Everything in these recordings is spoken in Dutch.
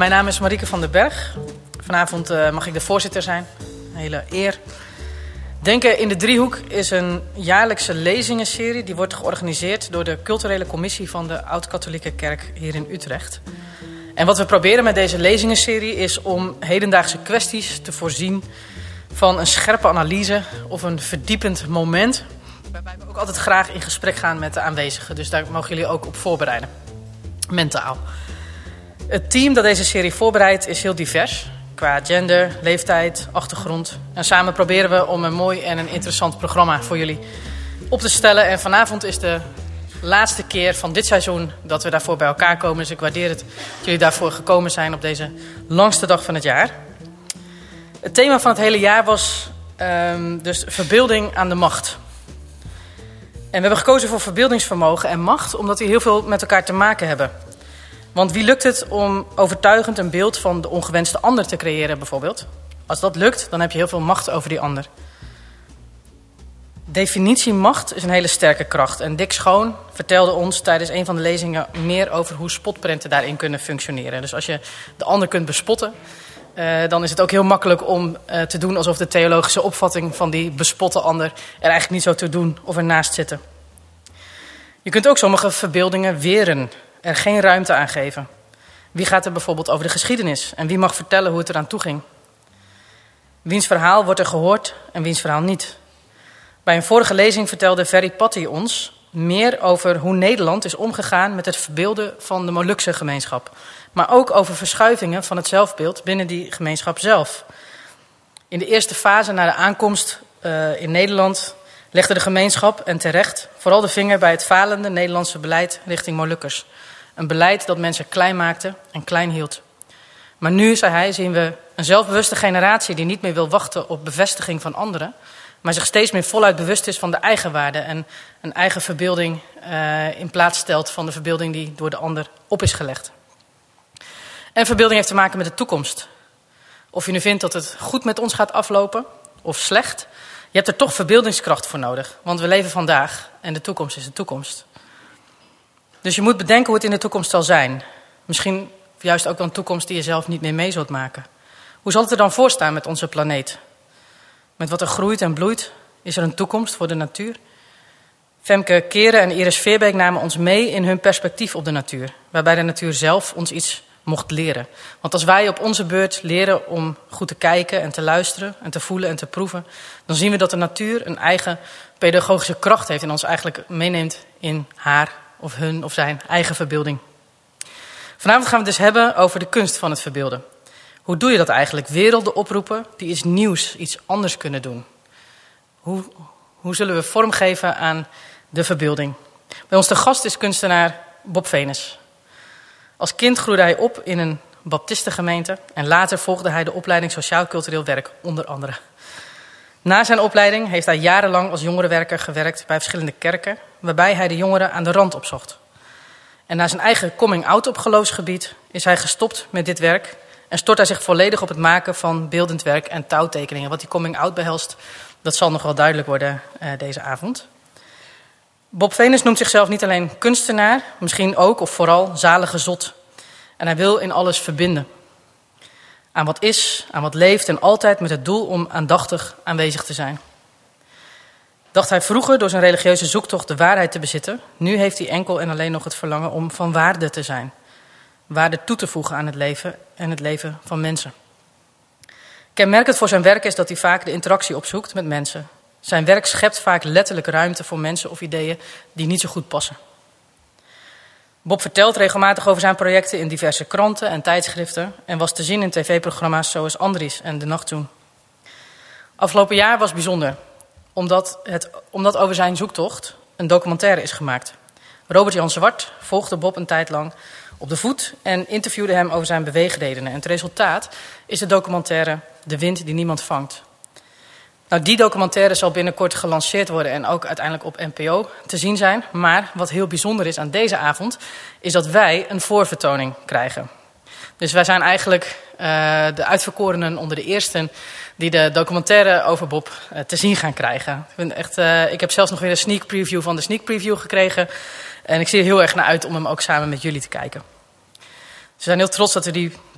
Mijn naam is Marieke van den Berg. Vanavond mag ik de voorzitter zijn. Een hele eer. Denken in de Driehoek is een jaarlijkse lezingenserie. Die wordt georganiseerd door de culturele commissie van de Oud-Katholieke Kerk hier in Utrecht. En wat we proberen met deze lezingenserie is om hedendaagse kwesties te voorzien van een scherpe analyse of een verdiepend moment. Waarbij we ook altijd graag in gesprek gaan met de aanwezigen. Dus daar mogen jullie ook op voorbereiden. Mentaal. Het team dat deze serie voorbereidt is heel divers. Qua gender, leeftijd, achtergrond. En samen proberen we om een mooi en een interessant programma voor jullie op te stellen. En vanavond is de laatste keer van dit seizoen dat we daarvoor bij elkaar komen. Dus ik waardeer het dat jullie daarvoor gekomen zijn op deze langste dag van het jaar. Het thema van het hele jaar was dus verbeelding aan de macht. En we hebben gekozen voor verbeeldingsvermogen en macht omdat die heel veel met elkaar te maken hebben. Want wie lukt het om overtuigend een beeld van de ongewenste ander te creëren bijvoorbeeld? Als dat lukt, dan heb je heel veel macht over die ander. Definitie macht is een hele sterke kracht. En Dick Schoon vertelde ons tijdens een van de lezingen meer over hoe spotprenten daarin kunnen functioneren. Dus als je de ander kunt bespotten, dan is het ook heel makkelijk om te doen alsof de theologische opvatting van die bespotte ander er eigenlijk niet zo toe doen of ernaast zitten. Je kunt ook sommige verbeeldingen weren, er geen ruimte aan geven. Wie gaat er bijvoorbeeld over de geschiedenis en wie mag vertellen hoe het eraan toe ging? Wiens verhaal wordt er gehoord en wiens verhaal niet? Bij een vorige lezing vertelde Ferry Patty ons meer over hoe Nederland is omgegaan met het verbeelden van de Molukse gemeenschap. Maar ook over verschuivingen van het zelfbeeld binnen die gemeenschap zelf. In de eerste fase na de aankomst in Nederland legde de gemeenschap, en terecht, vooral de vinger bij het falende Nederlandse beleid richting Molukkers. Een beleid dat mensen klein maakte en klein hield. Maar nu, zei hij, zien we een zelfbewuste generatie die niet meer wil wachten op bevestiging van anderen, maar zich steeds meer voluit bewust is van de eigenwaarde en een eigen verbeelding in plaats stelt van de verbeelding die door de ander op is gelegd. En verbeelding heeft te maken met de toekomst. Of je nu vindt dat het goed met ons gaat aflopen of slecht, je hebt er toch verbeeldingskracht voor nodig. Want we leven vandaag en de toekomst is de toekomst. Dus je moet bedenken hoe het in de toekomst zal zijn. Misschien juist ook wel een toekomst die je zelf niet meer mee zult maken. Hoe zal het er dan voor staan met onze planeet? Met wat er groeit en bloeit, is er een toekomst voor de natuur? Femke Keren en Iris Veerbeek namen ons mee in hun perspectief op de natuur. Waarbij de natuur zelf ons iets mocht leren. Want als wij op onze beurt leren om goed te kijken en te luisteren en te voelen en te proeven, dan zien we dat de natuur een eigen pedagogische kracht heeft en ons eigenlijk meeneemt in haar of hun of zijn eigen verbeelding. Vanavond gaan we het dus hebben over de kunst van het verbeelden. Hoe doe je dat eigenlijk? Werelden oproepen die iets nieuws, iets anders kunnen doen. Hoe zullen we vormgeven aan de verbeelding? Bij ons te gast is kunstenaar Bob Venus. Als kind groeide hij op in een baptistengemeente en later volgde hij de opleiding Sociaal-Cultureel Werk, onder andere. Na zijn opleiding heeft hij jarenlang als jongerenwerker gewerkt bij verschillende kerken, waarbij hij de jongeren aan de rand opzocht. En na zijn eigen coming-out op geloofsgebied is hij gestopt met dit werk en stort hij zich volledig op het maken van beeldend werk en touwtekeningen. Wat die coming-out behelst, dat zal nog wel duidelijk worden deze avond. Bob Venus noemt zichzelf niet alleen kunstenaar, misschien ook of vooral zalige zot. En hij wil in alles verbinden. Aan wat is, aan wat leeft en altijd met het doel om aandachtig aanwezig te zijn. Dacht hij vroeger door zijn religieuze zoektocht de waarheid te bezitten, nu heeft hij enkel en alleen nog het verlangen om van waarde te zijn. Waarde toe te voegen aan het leven en het leven van mensen. Kenmerkend voor zijn werk is dat hij vaak de interactie opzoekt met mensen. Zijn werk schept vaak letterlijk ruimte voor mensen of ideeën die niet zo goed passen. Bob vertelt regelmatig over zijn projecten in diverse kranten en tijdschriften en was te zien in tv-programma's zoals Andries en De Nachtzoen. Afgelopen jaar was bijzonder, omdat over zijn zoektocht een documentaire is gemaakt. Robert-Jan Zwart volgde Bob een tijd lang op de voet en interviewde hem over zijn beweegredenen. En het resultaat is de documentaire De Wind die niemand vangt. Nou, die documentaire zal binnenkort gelanceerd worden en ook uiteindelijk op NPO te zien zijn. Maar wat heel bijzonder is aan deze avond, is dat wij een voorvertoning krijgen. Dus wij zijn eigenlijk de uitverkorenen onder de eersten die de documentaire over Bob te zien gaan krijgen. Ik heb zelfs nog weer een sneak preview van de sneak preview gekregen. En ik zie er heel erg naar uit om hem ook samen met jullie te kijken. We zijn heel trots dat we die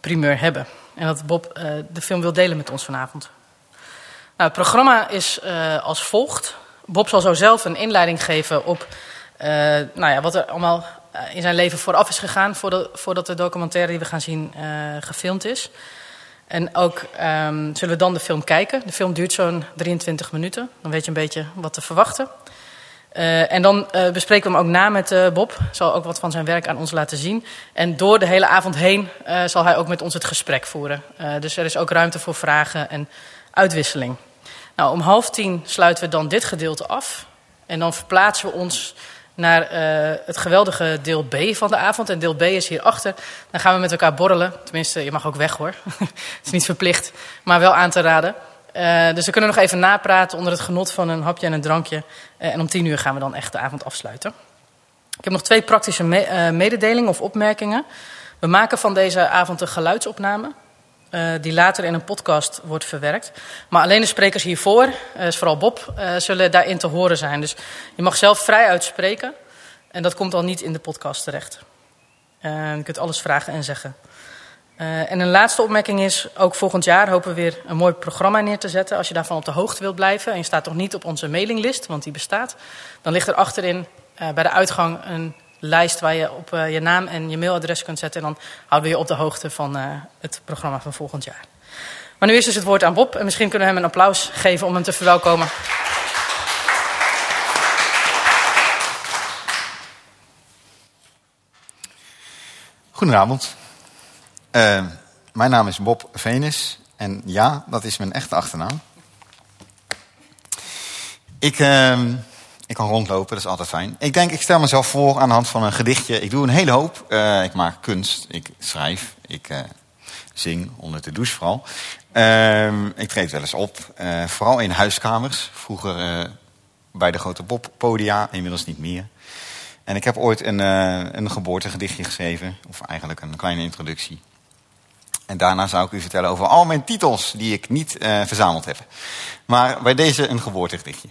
primeur hebben. En dat Bob de film wil delen met ons vanavond. Nou, het programma is als volgt. Bob zal zo zelf een inleiding geven op wat er allemaal in zijn leven vooraf is gegaan voordat de documentaire die we gaan zien gefilmd is. En ook zullen we dan de film kijken. De film duurt zo'n 23 minuten. Dan weet je een beetje wat te verwachten. En dan bespreken we hem ook na met Bob. Zal ook wat van zijn werk aan ons laten zien. En door de hele avond heen zal hij ook met ons het gesprek voeren. Dus er is ook ruimte voor vragen en uitwisseling. Nou, om 9:30 sluiten we dan dit gedeelte af. En dan verplaatsen we ons naar het geweldige deel B van de avond. En deel B is hierachter. Dan gaan we met elkaar borrelen. Tenminste, je mag ook weg hoor. Het is niet verplicht, maar wel aan te raden. Dus we kunnen nog even napraten onder het genot van een hapje en een drankje. En om 10:00 gaan we dan echt de avond afsluiten. Ik heb nog 2 praktische mededelingen of opmerkingen. We maken van deze avond een geluidsopname. Die later in een podcast wordt verwerkt. Maar alleen de sprekers hiervoor, dus vooral Bob, zullen daarin te horen zijn. Dus je mag zelf vrij uitspreken. En dat komt al niet in de podcast terecht. Je kunt alles vragen en zeggen. En een laatste opmerking is, ook volgend jaar hopen we weer een mooi programma neer te zetten. Als je daarvan op de hoogte wilt blijven en je staat nog niet op onze mailinglist, want die bestaat. Dan ligt er achterin bij de uitgang een lijst waar je op je naam en je mailadres kunt zetten. En dan houden we je op de hoogte van het programma van volgend jaar. Maar nu is dus het woord aan Bob. En misschien kunnen we hem een applaus geven om hem te verwelkomen. Goedenavond. Mijn naam is Bob Venus. En ja, dat is mijn echte achternaam. Ik kan rondlopen, dat is altijd fijn. Ik stel mezelf voor aan de hand van een gedichtje. Ik doe een hele hoop. Ik maak kunst, ik schrijf, ik zing, onder de douche vooral. Ik treed wel eens op, vooral in huiskamers. Vroeger bij de grote Bob-podia, inmiddels niet meer. En ik heb ooit een geboortegedichtje geschreven, of eigenlijk een kleine introductie. En daarna zou ik u vertellen over al mijn titels die ik niet verzameld heb. Maar bij deze een geboortegedichtje.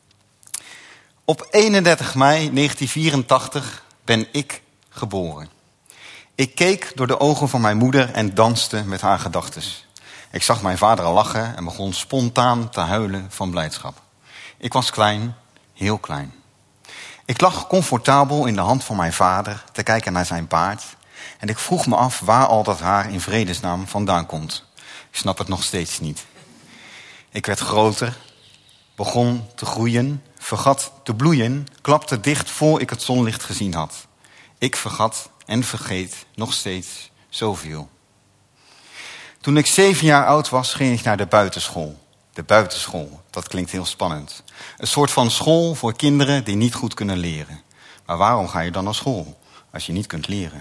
Op 31 mei 1984 ben ik geboren. Ik keek door de ogen van mijn moeder en danste met haar gedachtes. Ik zag mijn vader al lachen en begon spontaan te huilen van blijdschap. Ik was klein, heel klein. Ik lag comfortabel in de hand van mijn vader te kijken naar zijn baard. En ik vroeg me af waar al dat haar in vredesnaam vandaan komt. Ik snap het nog steeds niet. Ik werd groter, begon te groeien, vergat te bloeien, klapte dicht voor ik het zonlicht gezien had. Ik vergat en vergeet nog steeds zoveel. Toen ik 7 jaar oud was, ging ik naar de buitenschool. De buitenschool, dat klinkt heel spannend. Een soort van school voor kinderen die niet goed kunnen leren. Maar waarom ga je dan naar school als je niet kunt leren?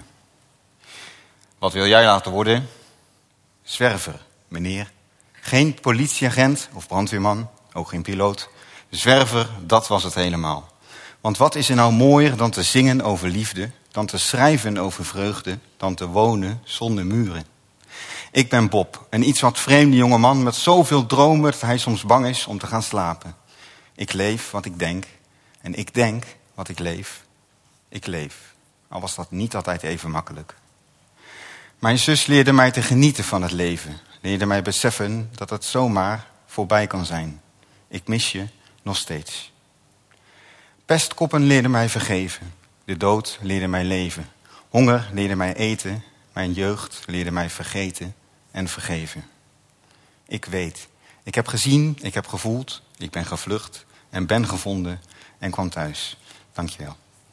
Wat wil jij laten worden? Zwerver, meneer. Geen politieagent of brandweerman, ook geen piloot. Zwerver, dat was het helemaal. Want wat is er nou mooier dan te zingen over liefde, dan te schrijven over vreugde, dan te wonen zonder muren? Ik ben Bob, een iets wat vreemde jongeman met zoveel dromen dat hij soms bang is om te gaan slapen. Ik leef wat ik denk en ik denk wat ik leef. Ik leef, al was dat niet altijd even makkelijk. Mijn zus leerde mij te genieten van het leven. Leerde mij beseffen dat het zomaar voorbij kan zijn. Ik mis je nog steeds. Pestkoppen leerden mij vergeven. De dood leerde mij leven. Honger leerde mij eten. Mijn jeugd leerde mij vergeten en vergeven. Ik weet. Ik heb gezien, ik heb gevoeld. Ik ben gevlucht en ben gevonden en kwam thuis. Dank je wel.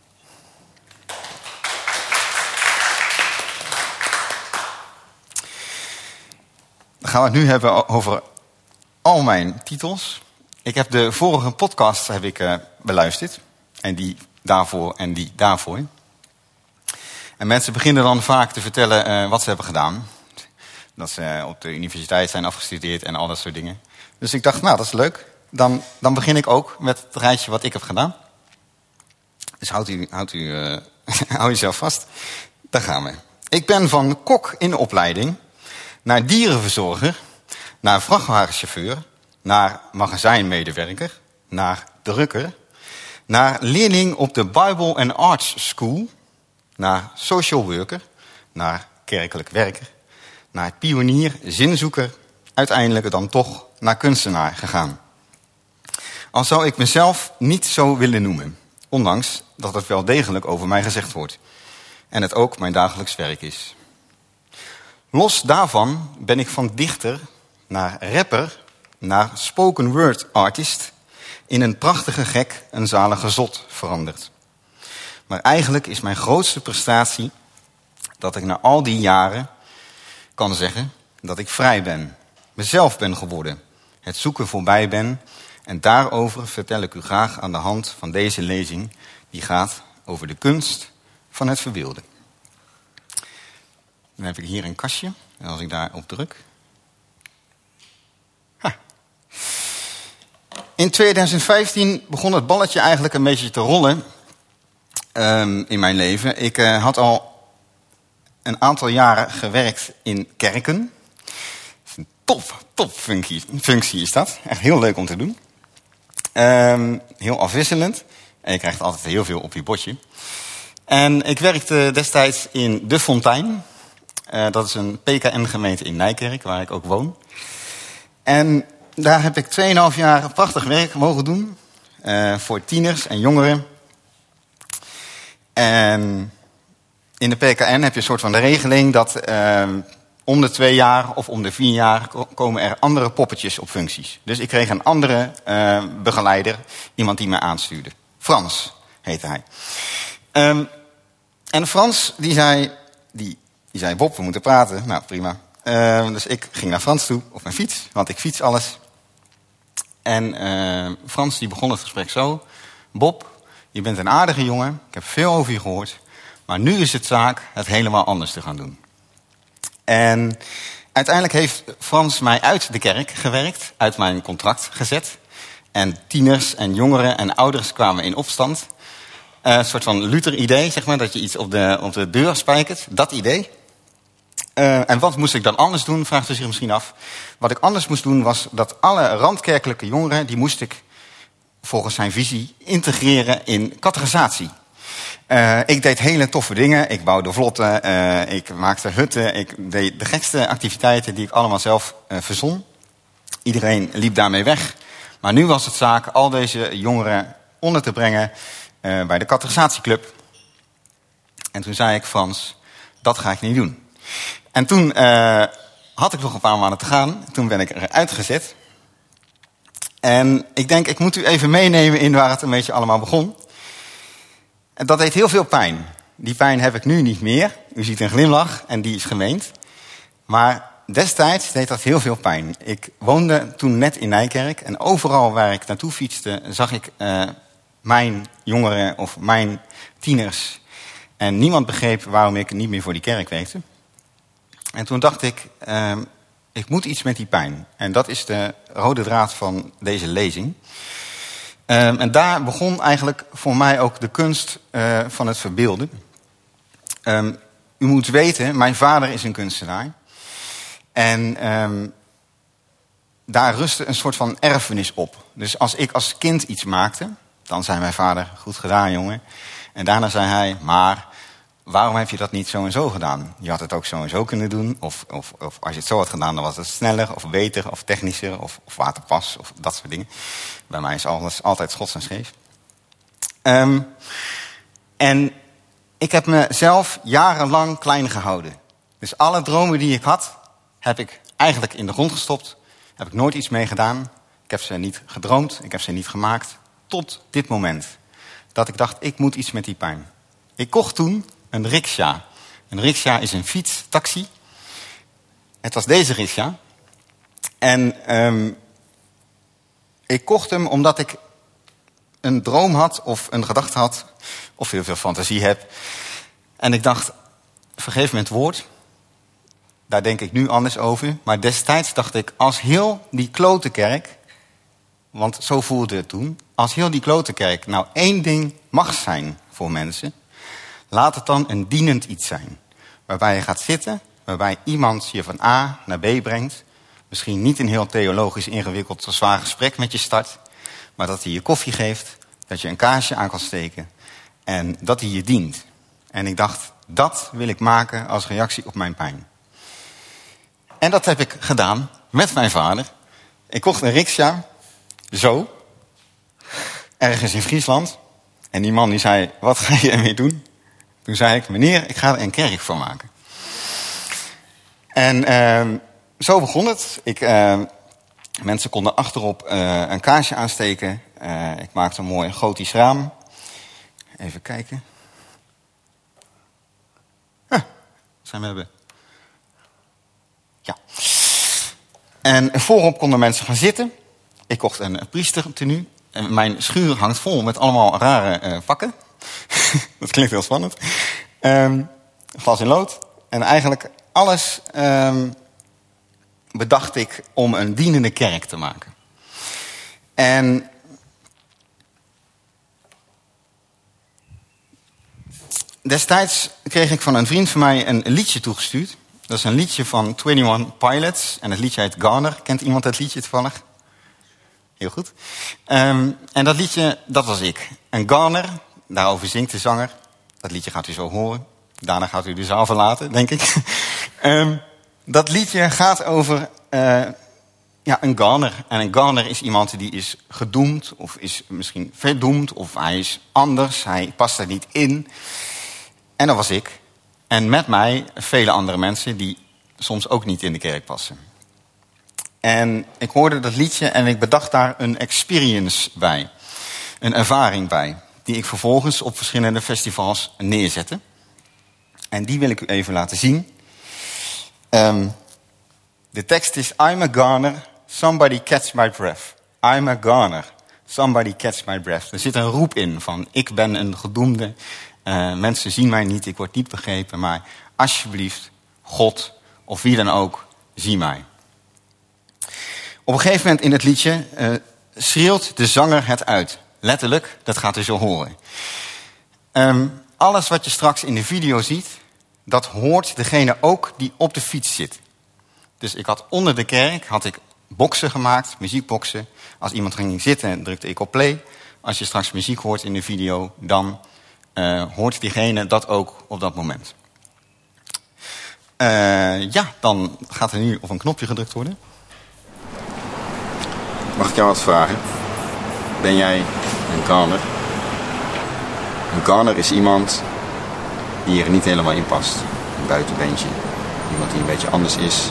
Dan gaan we het nu hebben over al mijn titels. Ik heb de vorige podcast beluisterd. En die daarvoor en die daarvoor. En mensen beginnen dan vaak te vertellen wat ze hebben gedaan. Dat ze op de universiteit zijn afgestudeerd en al dat soort dingen. Dus ik dacht, nou dat is leuk. Dan begin ik ook met het rijtje wat ik heb gedaan. Dus hou jezelf vast. Daar gaan we. Ik ben van kok in opleiding naar dierenverzorger, naar vrachtwagenchauffeur, naar magazijnmedewerker, naar drukker, naar leerling op de Bible and Arts School, naar social worker, naar kerkelijk werker, naar pionier, zinzoeker, uiteindelijk dan toch naar kunstenaar gegaan. Al zou ik mezelf niet zo willen noemen, ondanks dat het wel degelijk over mij gezegd wordt. En het ook mijn dagelijks werk is. Los daarvan ben ik van dichter naar rapper, naar spoken word artist, in een prachtige gek, een zalige zot veranderd. Maar eigenlijk is mijn grootste prestatie dat ik na al die jaren kan zeggen dat ik vrij ben, mezelf ben geworden, het zoeken voorbij ben. En daarover vertel ik u graag aan de hand van deze lezing, die gaat over de kunst van het verbeelden. Dan heb ik hier een kastje, en als ik daarop druk. Ha. In 2015 begon het balletje eigenlijk een beetje te rollen in mijn leven. Ik had al een aantal jaren gewerkt in kerken. Een top functie is dat. Echt heel leuk om te doen. Heel afwisselend. En je krijgt altijd heel veel op je bordje. En ik werkte destijds in De Fontein. Dat is een PKN-gemeente in Nijkerk, waar ik ook woon. En daar heb ik 2,5 jaar prachtig werk mogen doen. Voor tieners en jongeren. En in de PKN heb je een soort van de regeling dat om de 2 jaar of om de 4 jaar komen er andere poppetjes op functies. Dus ik kreeg een andere begeleider, iemand die me aanstuurde. Frans heette hij. En Frans die zei, Bob, we moeten praten. Nou, prima. Dus ik ging naar Frans toe op mijn fiets, want ik fiets alles. En Frans die begon het gesprek zo. Bob, je bent een aardige jongen, ik heb veel over je gehoord. Maar nu is het zaak het helemaal anders te gaan doen. En uiteindelijk heeft Frans mij uit de kerk gewerkt, uit mijn contract gezet. En tieners en jongeren en ouders kwamen in opstand. Een soort van Luther-idee, zeg maar, dat je iets op de deur spijkert. Dat idee. En wat moest ik dan anders doen, vraagt u zich misschien af. Wat ik anders moest doen was dat alle randkerkelijke jongeren, die moest ik volgens zijn visie integreren in catechisatie. Ik deed hele toffe dingen. Ik bouwde vlotten, ik maakte hutten. Ik deed de gekste activiteiten die ik allemaal zelf verzon. Iedereen liep daarmee weg. Maar nu was het zaak al deze jongeren onder te brengen bij de catechisatieclub. En toen zei ik, Frans, dat ga ik niet doen. En toen had ik nog een paar maanden te gaan. Toen ben ik eruit gezet. En ik denk, ik moet u even meenemen in waar het een beetje allemaal begon. En dat deed heel veel pijn. Die pijn heb ik nu niet meer. U ziet een glimlach en die is gemeend. Maar destijds deed dat heel veel pijn. Ik woonde toen net in Nijkerk. En overal waar ik naartoe fietste, zag ik mijn jongeren of mijn tieners. En niemand begreep waarom ik niet meer voor die kerk werkte. En toen dacht ik moet iets met die pijn. En dat is de rode draad van deze lezing. En daar begon eigenlijk voor mij ook de kunst van het verbeelden. U moet weten, mijn vader is een kunstenaar. En daar rustte een soort van erfenis op. Dus als ik als kind iets maakte, dan zei mijn vader, goed gedaan jongen. En daarna zei hij, maar waarom heb je dat niet zo en zo gedaan? Je had het ook zo en zo kunnen doen. Of als je het zo had gedaan, dan was het sneller of beter of technischer of waterpas of dat soort dingen. Bij mij is alles altijd schots en scheef. En ik heb mezelf jarenlang klein gehouden. Dus alle dromen die ik had, heb ik eigenlijk in de grond gestopt. Heb ik nooit iets mee gedaan. Ik heb ze niet gedroomd, ik heb ze niet gemaakt. Tot dit moment. Dat ik dacht, ik moet iets met die pijn. Ik kocht toen een riksja. Een riksja is een fiets, taxi. Het was deze riksja. En ik kocht hem omdat ik een droom had of een gedachte had. Of heel veel fantasie heb. En ik dacht, vergeef me het woord. Daar denk ik nu anders over. Maar destijds dacht ik, als heel die klote kerk, want zo voelde het toen. Als heel die klote kerk nou één ding mag zijn voor mensen, laat het dan een dienend iets zijn. Waarbij je gaat zitten, waarbij iemand je van A naar B brengt. Misschien niet een heel theologisch ingewikkeld zwaar gesprek met je start. Maar dat hij je koffie geeft, dat je een kaarsje aan kan steken. En dat hij je dient. En ik dacht, dat wil ik maken als reactie op mijn pijn. En dat heb ik gedaan met mijn vader. Ik kocht een riksja, zo, ergens in Friesland. En die man die zei, wat ga je ermee doen? Toen zei ik, meneer, ik ga er een kerk van maken. En zo begon het. Mensen konden achterop een kaarsje aansteken. Ik maakte een mooi gotisch raam. Even kijken. Zijn we hebben. Ja. En voorop konden mensen gaan zitten. Ik kocht een priestertenue. En mijn schuur hangt vol met allemaal rare pakken. Dat klinkt heel spannend. Glas in lood. En eigenlijk alles bedacht ik om een dienende kerk te maken. En destijds kreeg ik van een vriend van mij een liedje toegestuurd. Dat is een liedje van 21 Pilots. En het liedje heet Garner. Kent iemand dat liedje toevallig? Heel goed. En dat liedje, dat was ik. En Garner, daarover zingt de zanger. Dat liedje gaat u zo horen. Daarna gaat u de zaal verlaten, denk ik. Dat liedje gaat over een Garner. En een Garner is iemand die is gedoemd. Of is misschien verdoemd. Of hij is anders. Hij past er niet in. En dat was ik. En met mij vele andere mensen die soms ook niet in de kerk passen. En ik hoorde dat liedje en ik bedacht daar een experience bij. Een ervaring bij. Die ik vervolgens op verschillende festivals neerzette. En die wil ik u even laten zien. De tekst is: I'm a Garner, somebody catch my breath. I'm a Garner, somebody catch my breath. Er zit een roep in van ik ben een gedoemde. Mensen zien mij niet, ik word niet begrepen. Maar alsjeblieft, God of wie dan ook, zie mij. Op een gegeven moment in het liedje schreeuwt de zanger het uit. Letterlijk, dat gaat u zo horen. Alles wat je straks in de video ziet, dat hoort degene ook die op de fiets zit. Dus ik had onder de kerk boksen gemaakt, muziekboksen. Als iemand ging zitten, drukte ik op play. Als je straks muziek hoort in de video, dan hoort diegene dat ook op dat moment. Dan gaat er nu op een knopje gedrukt worden. Mag ik jou wat vragen? Ben jij een Garner? Een Garner is iemand die er niet helemaal in past. Een buitenbeentje. Iemand die een beetje anders is.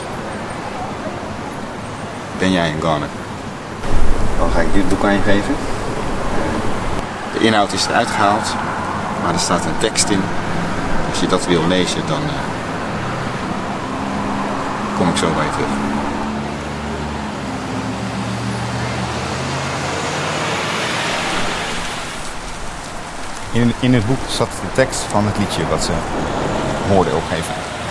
Ben jij een Garner? Dan ga ik dit doek aan je geven. De inhoud is eruit gehaald. Maar er staat een tekst in. Als je dat wil lezen, dan kom ik zo bij je terug. In het boek zat de tekst van het liedje wat ze hoorden opgeven.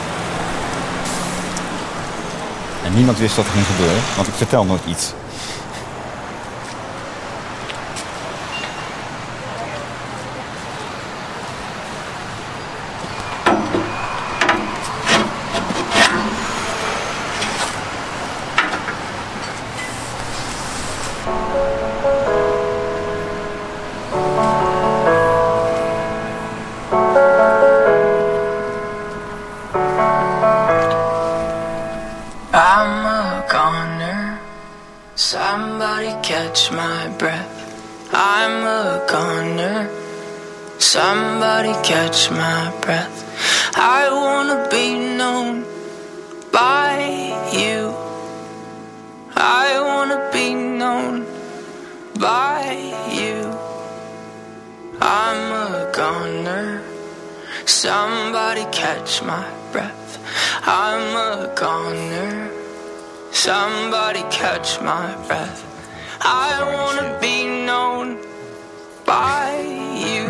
En niemand wist wat er ging gebeuren, want ik vertel nooit iets. I'm a goner, somebody catch my breath. I'm a goner, somebody catch my breath. I wanna be known by you. I wanna be known by you. I'm a goner, somebody catch my breath. I'm a goner, somebody catch my breath. I wanna be known by you.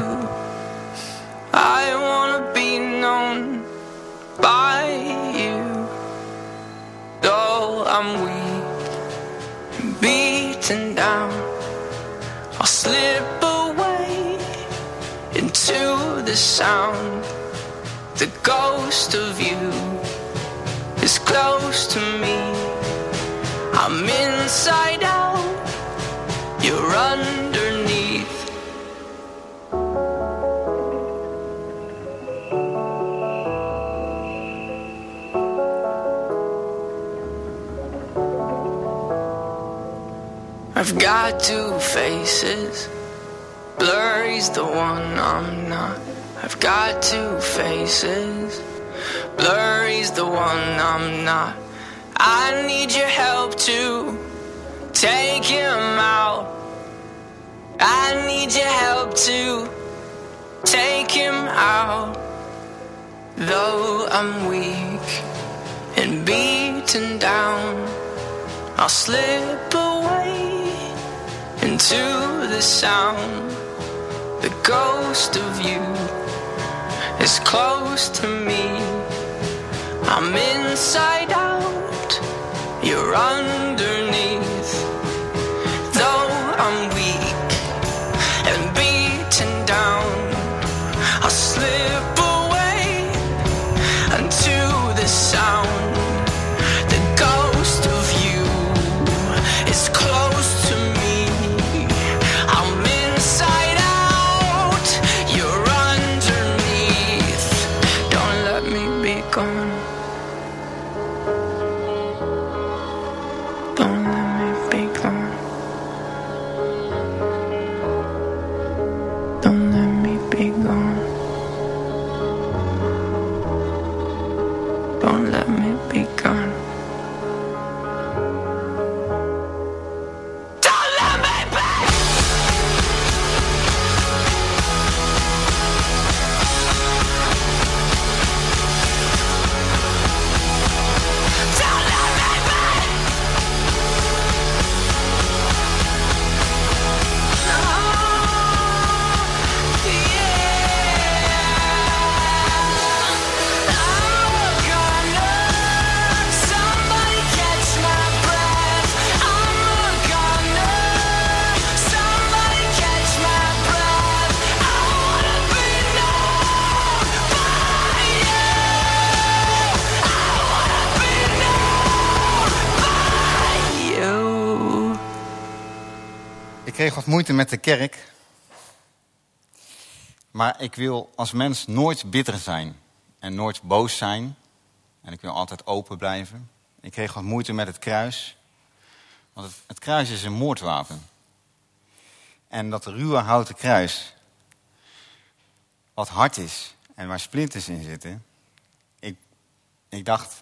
I wanna be known by you. Though I'm weak, beaten down, I'll slip away into the sound. The ghost of you is close to me. I'm inside out, you're underneath. I've got two faces. Blurry's the one I'm not. I've got two faces. Blurry's the one I'm not. I need your help to take him out. I need your help to take him out. Though I'm weak and beaten down, I'll slip away into the sound. The ghost of you is close to me. I'm inside out, you're underneath. Though I'm weak and beaten down, I'll slip away into the sound. The ghost of you is close to me. I'm inside out, you're underneath. Don't let me be gone. Don't let me be gone. Don't let me be gone. Don't let me be gone. Don't let me be. Don't let me be. Somebody catch my breath. I'm a gunner. Somebody catch my breath. I wanna be known by you. I wanna be known by you. Ik kreeg wat moeite met de kerk. Maar ik wil als mens nooit bitter zijn. En nooit boos zijn. En ik wil altijd open blijven. Ik kreeg wat moeite met het kruis. Want het kruis is een moordwapen. En dat ruwe houten kruis, wat hard is en waar splinters in zitten. Ik dacht,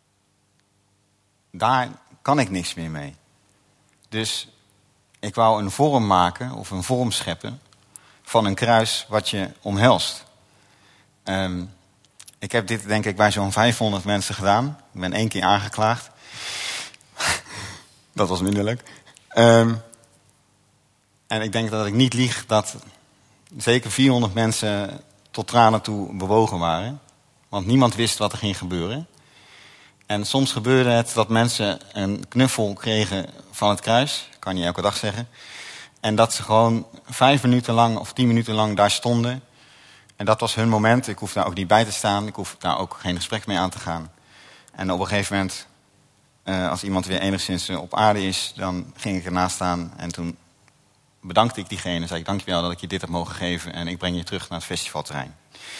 daar kan ik niks meer mee. Dus ik wou een vorm maken of een vorm scheppen van een kruis wat je omhelst. Ik heb dit denk ik bij zo'n 500 mensen gedaan. Ik ben 1 keer aangeklaagd. Dat was minderlijk. En ik denk dat ik niet lieg dat zeker 400 mensen tot tranen toe bewogen waren. Want niemand wist wat er ging gebeuren. En soms gebeurde het dat mensen een knuffel kregen van het kruis. Kan je elke dag zeggen. En dat ze gewoon 5 minuten lang of 10 minuten lang daar stonden. En dat was hun moment. Ik hoef daar ook niet bij te staan. Ik hoef daar ook geen gesprek mee aan te gaan. En op een gegeven moment, als iemand weer enigszins op aarde is, dan ging ik ernaast staan. En toen bedankte ik diegene en zei ik, dankjewel dat ik je dit heb mogen geven. En ik breng je terug naar het festivalterrein.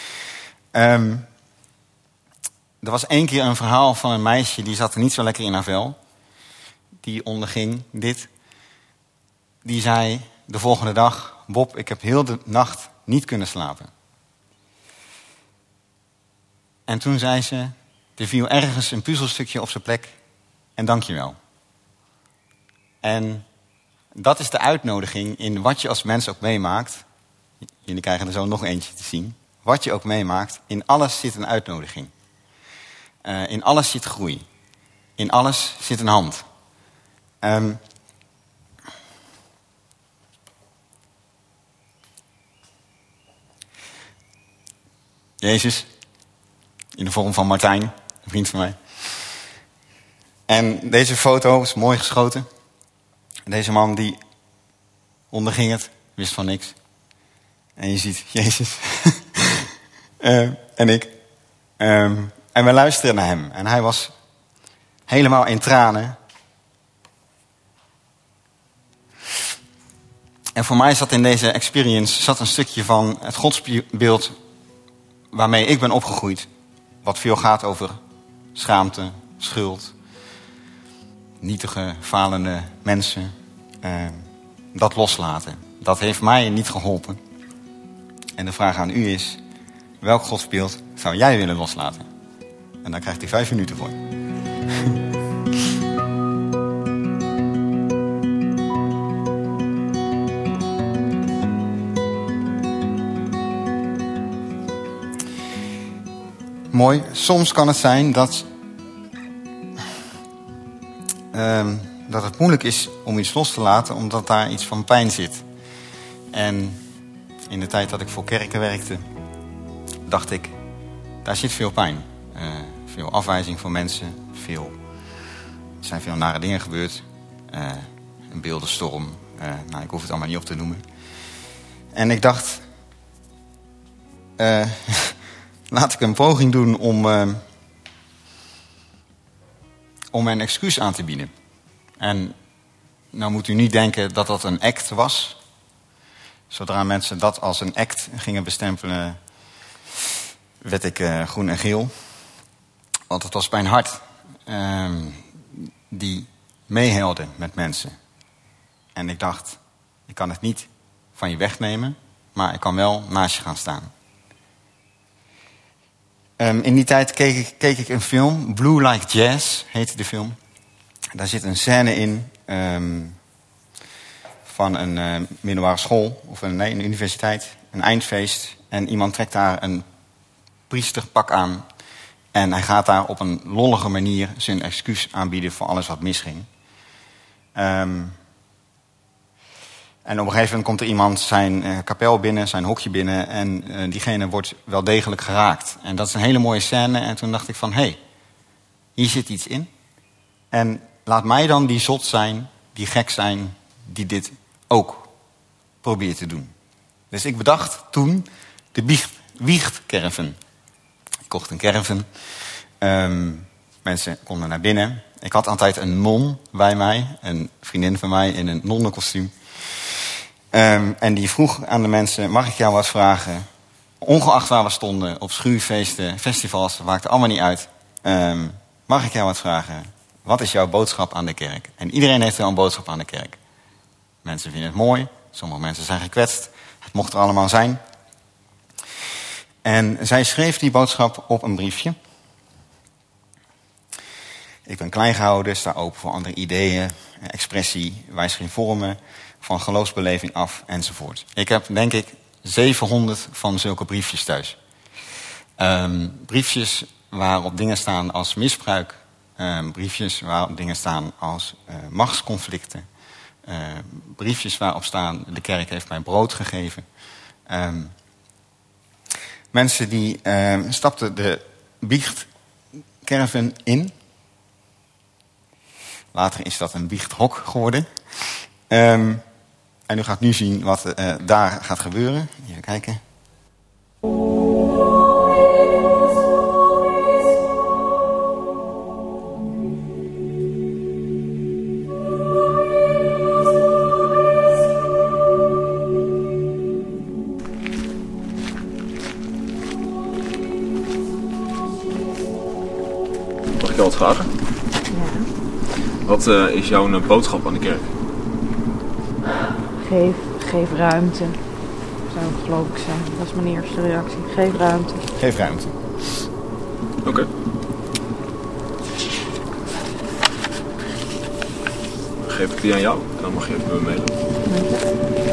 Er was 1 keer een verhaal van een meisje, die zat er niet zo lekker in haar vel. Die onderging dit. Die zei de volgende dag, Bob, ik heb heel de nacht niet kunnen slapen. En toen zei ze, er viel ergens een puzzelstukje op zijn plek en dankjewel. En dat is de uitnodiging in wat je als mens ook meemaakt. Jullie krijgen er zo nog eentje te zien. Wat je ook meemaakt, in alles zit een uitnodiging. In alles zit groei. In alles zit een hand. Jezus, in de vorm van Martijn, een vriend van mij. En deze foto is mooi geschoten. Deze man die onderging het, wist van niks. En je ziet Jezus en ik. En we luisteren naar hem. En hij was helemaal in tranen. En voor mij zat in deze experience een stukje van het godsbeeld waarmee ik ben opgegroeid. Wat veel gaat over schaamte, schuld, nietige, falende mensen, dat loslaten. Dat heeft mij niet geholpen. En de vraag aan u is, welk godsbeeld zou jij willen loslaten? En dan krijgt u 5 minuten voor. Mooi. Soms kan het zijn dat het moeilijk is om iets los te laten, omdat daar iets van pijn zit. En in de tijd dat ik voor kerken werkte, dacht ik, daar zit veel pijn. Veel afwijzing van mensen. Er zijn veel nare dingen gebeurd. Een beeldenstorm. Ik hoef het allemaal niet op te noemen. En ik dacht, laat ik een poging doen om mijn excuus aan te bieden. En nou moet u niet denken dat dat een act was. Zodra mensen dat als een act gingen bestempelen, werd ik groen en geel. Want het was mijn hart die meehelde met mensen. En ik dacht, ik kan het niet van je wegnemen, maar ik kan wel naast je gaan staan. In die tijd keek ik een film, Blue Like Jazz heette de film. Daar zit een scène in van een middelbare school, of een universiteit, een eindfeest. En iemand trekt daar een priesterpak aan. En hij gaat daar op een lollige manier zijn excuus aanbieden voor alles wat misging. En op een gegeven moment komt er iemand zijn kapel binnen, zijn hokje binnen. En diegene wordt wel degelijk geraakt. En dat is een hele mooie scène. En toen dacht ik van, hé, hier zit iets in. En laat mij dan die zot zijn, die gek zijn, die dit ook probeert te doen. Dus ik bedacht toen de Wiegtcaravan. Ik kocht een caravan. Mensen konden naar binnen. Ik had altijd een non bij mij. Een vriendin van mij in een nonnenkostuum. En die vroeg aan de mensen, mag ik jou wat vragen? Ongeacht waar we stonden, op schuurfeesten, festivals, dat maakte allemaal niet uit. Mag ik jou wat vragen? Wat is jouw boodschap aan de kerk? En iedereen heeft wel een boodschap aan de kerk. Mensen vinden het mooi, sommige mensen zijn gekwetst. Het mocht er allemaal zijn. En zij schreef die boodschap op een briefje. Ik ben klein gehouden, sta open voor andere ideeën, expressie, wijs geen vormen, van geloofsbeleving af, enzovoort. Ik heb, denk ik, 700 van zulke briefjes thuis. Briefjes waarop dingen staan als misbruik. Briefjes waarop dingen staan als machtsconflicten. Briefjes waarop staan, de kerk heeft mij brood gegeven. Mensen die stapten de Wiegtcaravan in. Later is dat een wiechthok geworden. En u gaat nu zien wat daar gaat gebeuren. Even kijken. Mag ik jou wat vragen? Ja. Wat is jouw boodschap aan de kerk? Geef ruimte. Zou het geloof ik zijn. Dat is mijn eerste reactie. Geef ruimte. Geef ruimte. Oké. Geef ik die aan jou en dan mag je even met me meelopen.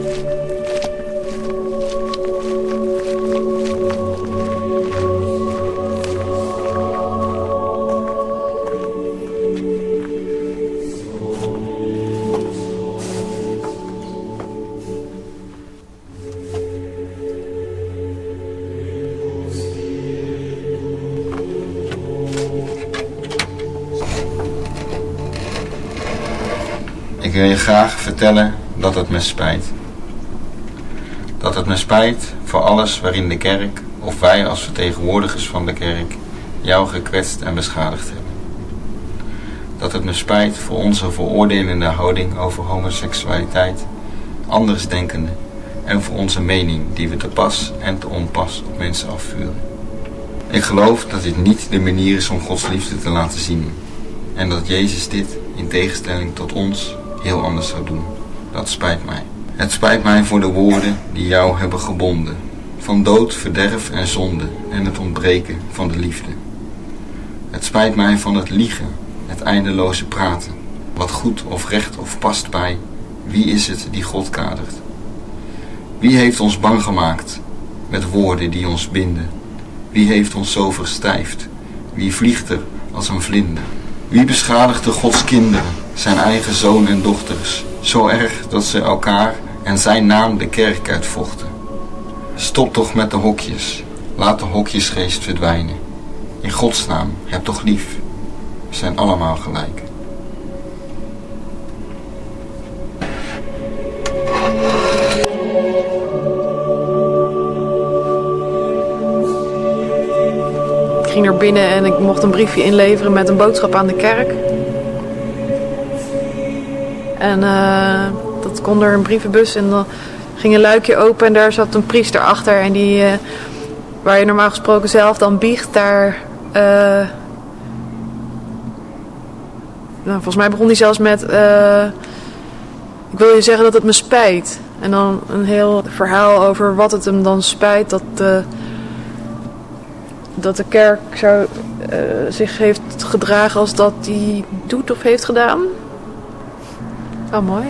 Ik wil je graag vertellen dat het me spijt. Dat het me spijt voor alles waarin de kerk, of wij als vertegenwoordigers van de kerk, jou gekwetst en beschadigd hebben. Dat het me spijt voor onze veroordelende houding over homoseksualiteit, andersdenkenden en voor onze mening die we te pas en te onpas op mensen afvuren. Ik geloof dat dit niet de manier is om Gods liefde te laten zien en dat Jezus dit, in tegenstelling tot ons, heel anders zou doen. Dat spijt mij. Het spijt mij voor de woorden die jou hebben gebonden. Van dood, verderf en zonde en het ontbreken van de liefde. Het spijt mij van het liegen, het eindeloze praten. Wat goed of recht of past bij, wie is het die God kadert? Wie heeft ons bang gemaakt met woorden die ons binden? Wie heeft ons zo verstijfd? Wie vliegt er als een vlinder? Wie beschadigde Gods kinderen, zijn eigen zoon en dochters, zo erg dat ze elkaar en zijn naam de kerk uitvochten? Stop toch met de hokjes, laat de hokjesgeest verdwijnen. In Gods naam, heb toch lief, we zijn allemaal gelijk. Ik ging naar binnen en ik mocht een briefje inleveren met een boodschap aan de kerk. En dat kon door een brievenbus en dan ging een luikje open en daar zat een priester achter. En die, waar je normaal gesproken zelf dan biecht, daar... volgens mij begon hij zelfs met... ik wil je zeggen dat het me spijt. En dan een heel verhaal over wat het hem dan spijt dat de kerk zich heeft gedragen als dat hij doet of heeft gedaan. Oh, mooi.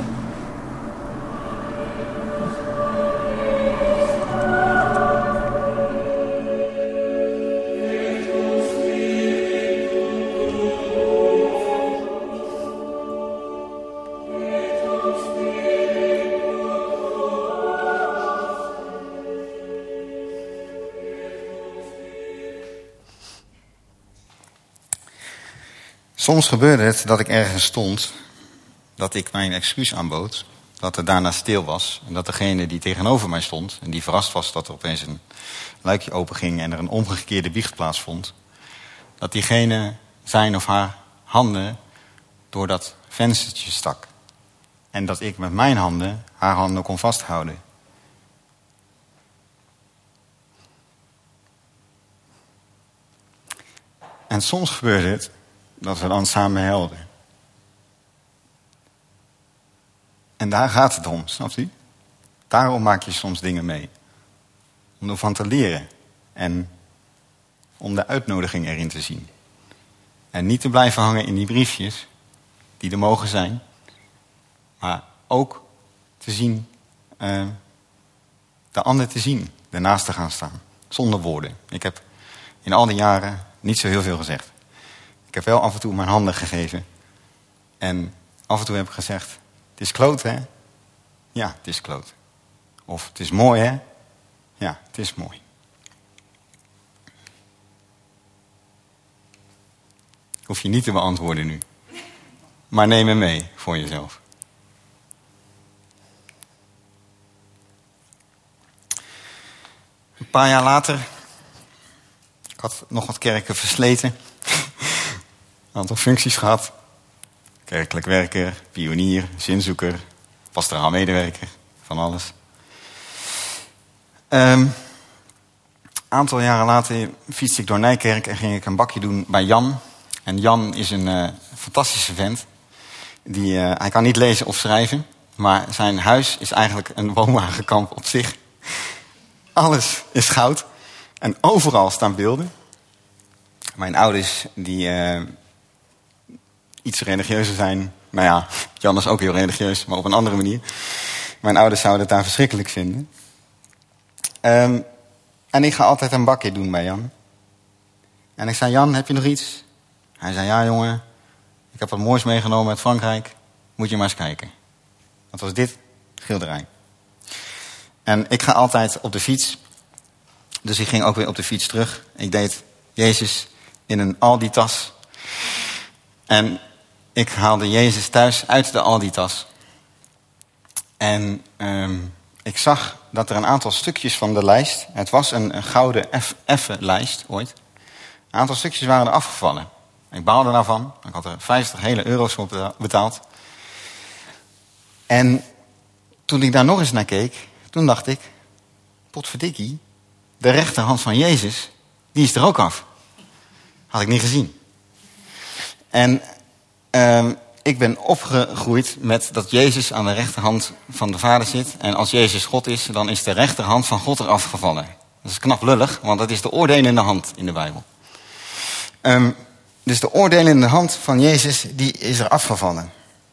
Soms gebeurde het dat ik ergens stond, dat ik mijn excuus aanbood, dat het daarna stil was en dat degene die tegenover mij stond en die verrast was dat er opeens een luikje openging en er een omgekeerde biecht plaatsvond, dat diegene zijn of haar handen door dat venstertje stak en dat ik met mijn handen haar handen kon vasthouden. En soms gebeurde het dat we dan samen helden. En daar gaat het om, snapt u? Daarom maak je soms dingen mee. Om ervan te leren. En om de uitnodiging erin te zien. En niet te blijven hangen in die briefjes, die er mogen zijn. Maar ook te zien, de ander te zien, ernaast te gaan staan. Zonder woorden. Ik heb in al die jaren niet zo heel veel gezegd. Ik heb wel af en toe mijn handen gegeven. En af en toe heb ik gezegd, het is kloot, hè? Ja, het is kloot. Of het is mooi, hè? Ja, het is mooi. Hoef je niet te beantwoorden nu. Maar neem me mee voor jezelf. Een paar jaar later, ik had nog wat kerken versleten. Een aantal functies gehad. Kerkelijk werker, pionier, zinzoeker, pastoraal medewerker, van alles. Aantal jaren later fietste ik door Nijkerk en ging ik een bakje doen bij Jan. En Jan is een fantastische vent. Hij kan niet lezen of schrijven, maar zijn huis is eigenlijk een woonwagenkamp op zich. Alles is goud en overal staan beelden. Mijn ouders die iets religieuzer zijn. Nou ja, Jan is ook heel religieus, maar op een andere manier. Mijn ouders zouden het daar verschrikkelijk vinden. En ik ga altijd een bakje doen bij Jan. En ik zei, Jan, heb je nog iets? Hij zei, ja jongen, ik heb wat moois meegenomen uit Frankrijk. Moet je maar eens kijken. Dat was dit schilderij. En ik ga altijd op de fiets. Dus ik ging ook weer op de fiets terug. Ik deed Jezus in een Aldi-tas. En ik haalde Jezus thuis uit de Aldi-tas. En ik zag dat er een aantal stukjes van de lijst... Het was een gouden F-lijst ooit. Een aantal stukjes waren er afgevallen. Ik baalde daarvan. Ik had er 50 hele euro's voor betaald. En toen ik daar nog eens naar keek... Toen dacht ik... Potverdikkie, de rechterhand van Jezus... die is er ook af. Had ik niet gezien. En ik ben opgegroeid met dat Jezus aan de rechterhand van de Vader zit. En als Jezus God is, dan is de rechterhand van God eraf gevallen. Dat is knap lullig, want dat is de oordelende hand in de Bijbel. Dus de oordelende hand van Jezus, die is er afgevallen.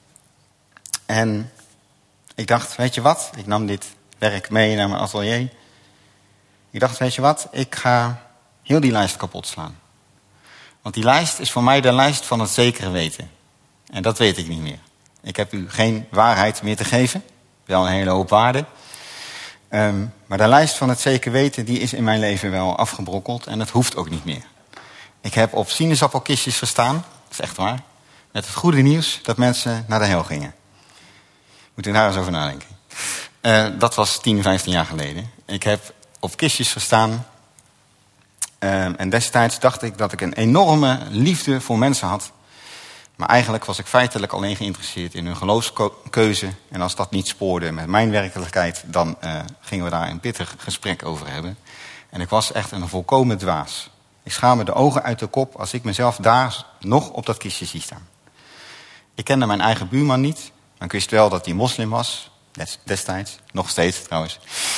En ik dacht, weet je wat? Ik nam dit werk mee naar mijn atelier. Ik dacht, weet je wat? Ik ga heel die lijst kapot slaan. Want die lijst is voor mij de lijst van het zekere weten. En dat weet ik niet meer. Ik heb u geen waarheid meer te geven. Wel een hele hoop waarde. Maar de lijst van het zeker weten, die is in mijn leven wel afgebrokkeld. En het hoeft ook niet meer. Ik heb op sinaasappelkistjes gestaan. Dat is echt waar. Met het goede nieuws dat mensen naar de hel gingen. Moet u daar eens over nadenken. Dat was 10, 15 jaar geleden. Ik heb op kistjes gestaan. En destijds dacht ik dat ik een enorme liefde voor mensen had. Maar eigenlijk was ik feitelijk alleen geïnteresseerd in hun geloofskeuze. En als dat niet spoorde met mijn werkelijkheid, dan gingen we daar een pittig gesprek over hebben. En ik was echt een volkomen dwaas. Ik schaam me de ogen uit de kop als ik mezelf daar nog op dat kistje zie staan. Ik kende mijn eigen buurman niet. Maar ik wist wel dat hij moslim was. Destijds. Nog steeds trouwens.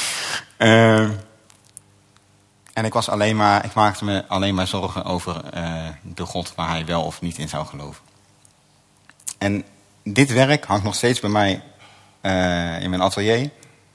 En ik maakte me alleen maar zorgen over de God waar hij wel of niet in zou geloven. En dit werk hangt nog steeds bij mij in mijn atelier.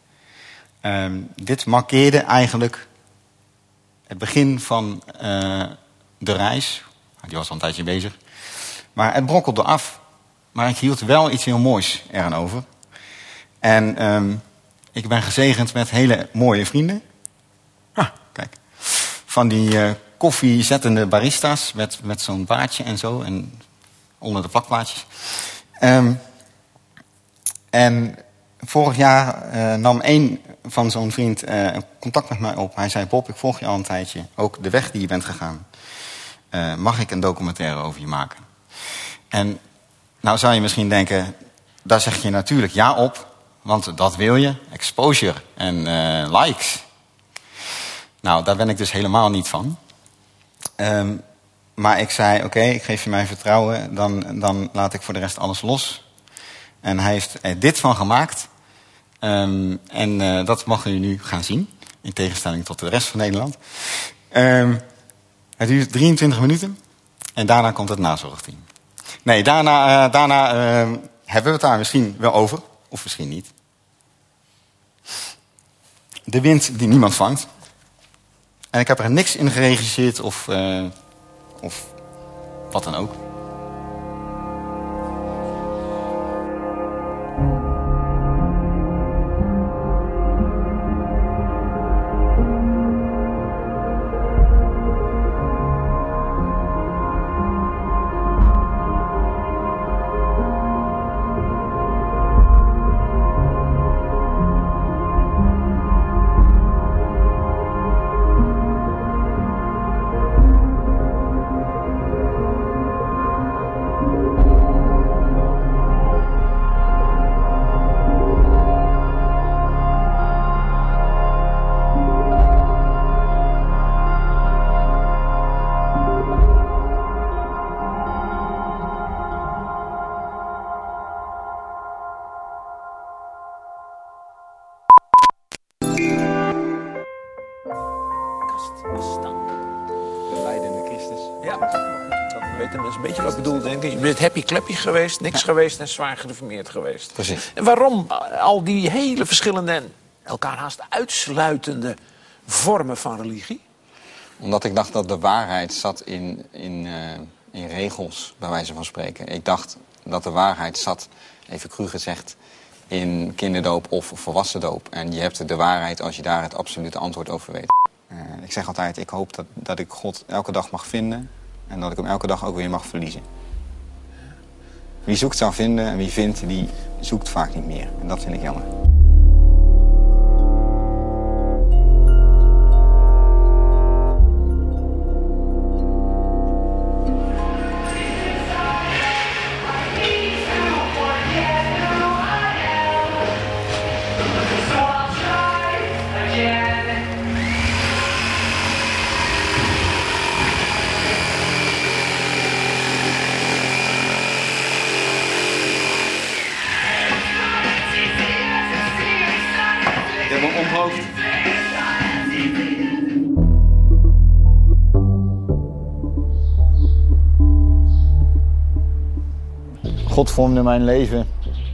Dit markeerde eigenlijk het begin van de reis. Die was al een tijdje bezig. Maar het brokkelde af. Maar ik hield wel iets heel moois eraan over. En ik ben gezegend met hele mooie vrienden. Kijk. Van die koffiezettende barista's met zo'n baardje en zo. En onder de plakplaatjes. En vorig jaar nam een van zo'n vriend contact met mij op. Hij zei, Bob, ik volg je al een tijdje. Ook de weg die je bent gegaan. Mag ik een documentaire over je maken? En nou zou je misschien denken, daar zeg je natuurlijk ja op. Want dat wil je. Exposure en likes. Nou, daar ben ik dus helemaal niet van. Maar ik zei, oké, ik geef je mijn vertrouwen. Dan laat ik voor de rest alles los. En hij heeft er dit van gemaakt. En dat mag u nu gaan zien. In tegenstelling tot de rest van Nederland. Het duurt 23 minuten. En daarna komt het nazorgteam. Nee, daarna hebben we het daar misschien wel over. Of misschien niet. De wind die niemand vangt. En ik heb er niks in geregisseerd of wat dan ook. Je bent happy clappy geweest, niks geweest en zwaar gereformeerd geweest. Precies. En waarom al die hele verschillende en elkaar haast uitsluitende vormen van religie? Omdat ik dacht dat de waarheid zat in regels, bij wijze van spreken. Ik dacht dat de waarheid zat, even cru gezegd, in kinderdoop of volwassendoop. En je hebt de waarheid als je daar het absolute antwoord over weet. Ik zeg altijd, ik hoop dat ik God elke dag mag vinden. En dat ik hem elke dag ook weer mag verliezen. Wie zoekt zou vinden en wie vindt, die zoekt vaak niet meer. En dat vind ik jammer. God vormde mijn leven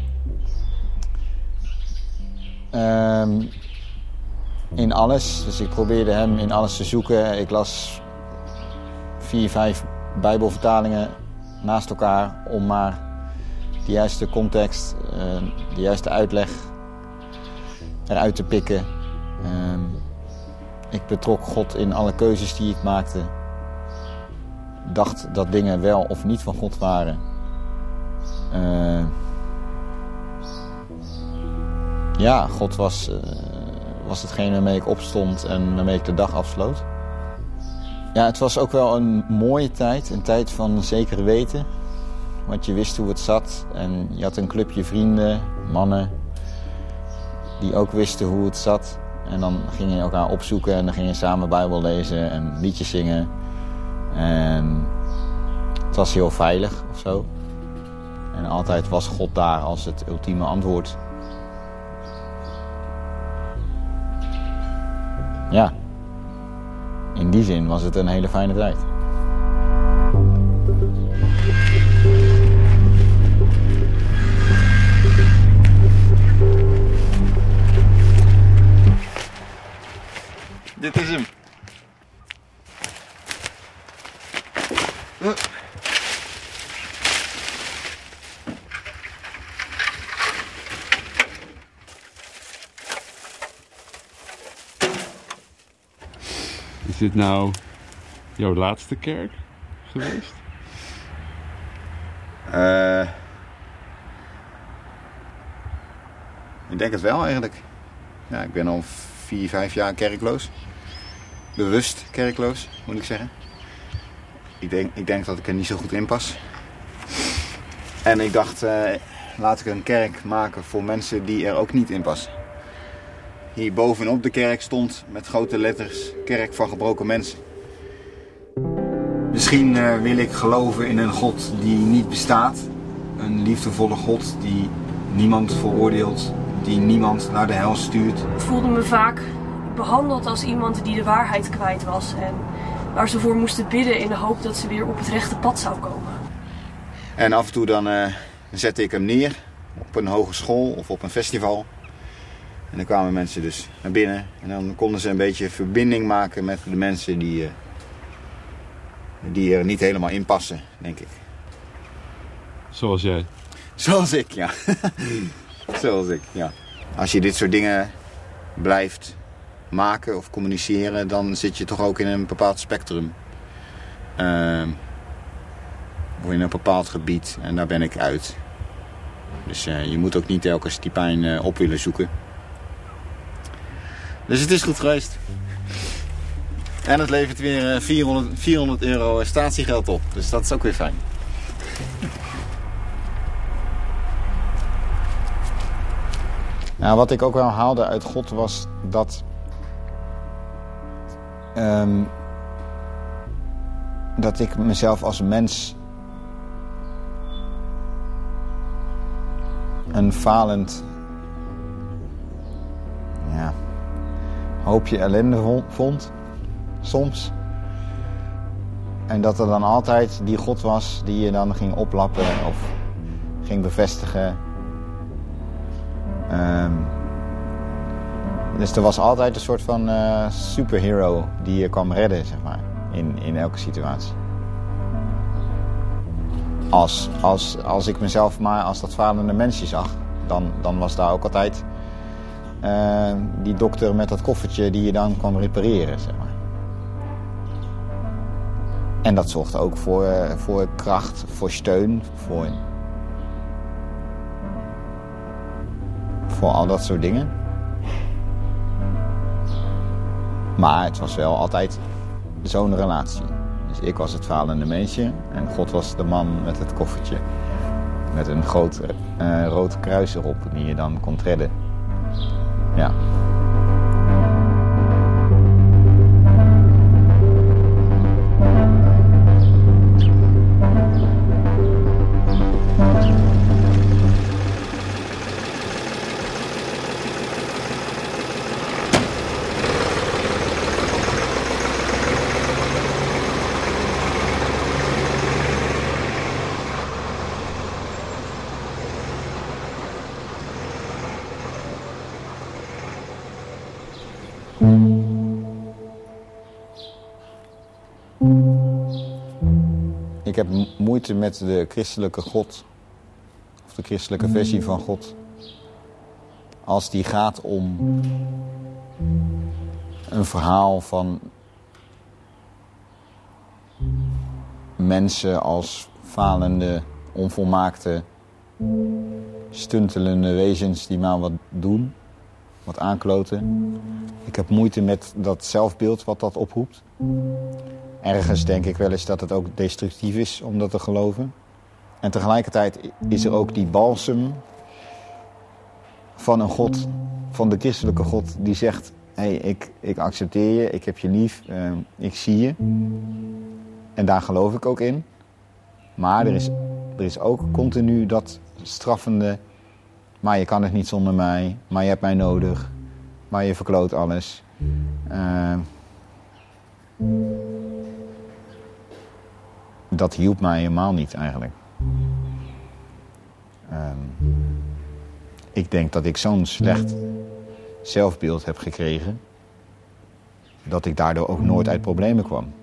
in alles. Dus ik probeerde hem in alles te zoeken. Ik las 4, 5 Bijbelvertalingen naast elkaar om maar de juiste context, de juiste uitleg eruit te pikken. Ik betrok God in alle keuzes die ik maakte. Dacht dat dingen wel of niet van God waren. Ja, God was hetgene waarmee ik opstond en waarmee ik de dag afsloot. Ja, het was ook wel een mooie tijd. Een tijd van zeker weten. Want je wist hoe het zat. En je had een clubje vrienden, mannen, die ook wisten hoe het zat. En dan ging je elkaar opzoeken en dan ging je samen Bijbel lezen en liedjes zingen. En het was heel veilig of zo. En altijd was God daar als het ultieme antwoord. Ja, in die zin was het een hele fijne tijd. Dit is hem. Is dit nou jouw laatste kerk geweest? Ik denk het wel eigenlijk. Ja, ik ben al 4, 5 jaar kerkloos. Bewust kerkloos, moet ik zeggen. Ik denk dat ik er niet zo goed in pas. En ik dacht, laat ik een kerk maken voor mensen die er ook niet in passen. Hier bovenop de kerk stond met grote letters kerk van gebroken mensen. Misschien wil ik geloven in een God die niet bestaat. Een liefdevolle God die niemand veroordeelt, die niemand naar de hel stuurt. Ik voelde me vaak behandeld als iemand die de waarheid kwijt was en waar ze voor moesten bidden in de hoop dat ze weer op het rechte pad zou komen. En af en toe dan zette ik hem neer op een hogeschool of op een festival. En dan kwamen mensen dus naar binnen en dan konden ze een beetje verbinding maken met de mensen die er niet helemaal in passen, denk ik. Zoals jij? Zoals ik, ja. Zoals ik, ja. Als je dit soort dingen blijft maken of communiceren, dan zit je toch ook in een bepaald spectrum. Of in een bepaald gebied en daar ben ik uit. Dus je moet ook niet telkens die pijn op willen zoeken. Dus het is goed geweest. En het levert weer 400 euro statiegeld op. Dus dat is ook weer fijn. Nou, wat ik ook wel haalde uit God was dat ik mezelf als mens een falend hoopje ellende vond, soms. En dat er dan altijd die God was die je dan ging oplappen of ging bevestigen. Dus er was altijd een soort van superhero die je kwam redden, zeg maar, in elke situatie. Als ik mezelf maar als dat falende mensje zag, dan was daar ook altijd die dokter met dat koffertje die je dan kwam repareren, zeg maar. En dat zorgde ook voor kracht, voor steun, voor al dat soort dingen. Maar het was wel altijd zo'n relatie. Dus ik was het falende mensje en God was de man met het koffertje. Met een groot rood kruis erop die je dan kon redden. Ja. Ik heb moeite met de christelijke God. Of de christelijke versie van God. Als die gaat om een verhaal van mensen als falende, onvolmaakte, stuntelende wezens die maar wat doen, wat aankloten. Ik heb moeite met dat zelfbeeld wat dat oproept. Ergens denk ik wel eens dat het ook destructief is om dat te geloven. En tegelijkertijd is er ook die balsem van een God, van de christelijke God, die zegt: hey, ik accepteer je, ik heb je lief, ik zie je. En daar geloof ik ook in. Maar er is ook continu dat straffende: maar je kan het niet zonder mij, maar je hebt mij nodig, maar je verkloot alles. Dat hielp mij helemaal niet eigenlijk. Ik denk dat ik zo'n slecht zelfbeeld heb gekregen, dat ik daardoor ook nooit uit problemen kwam.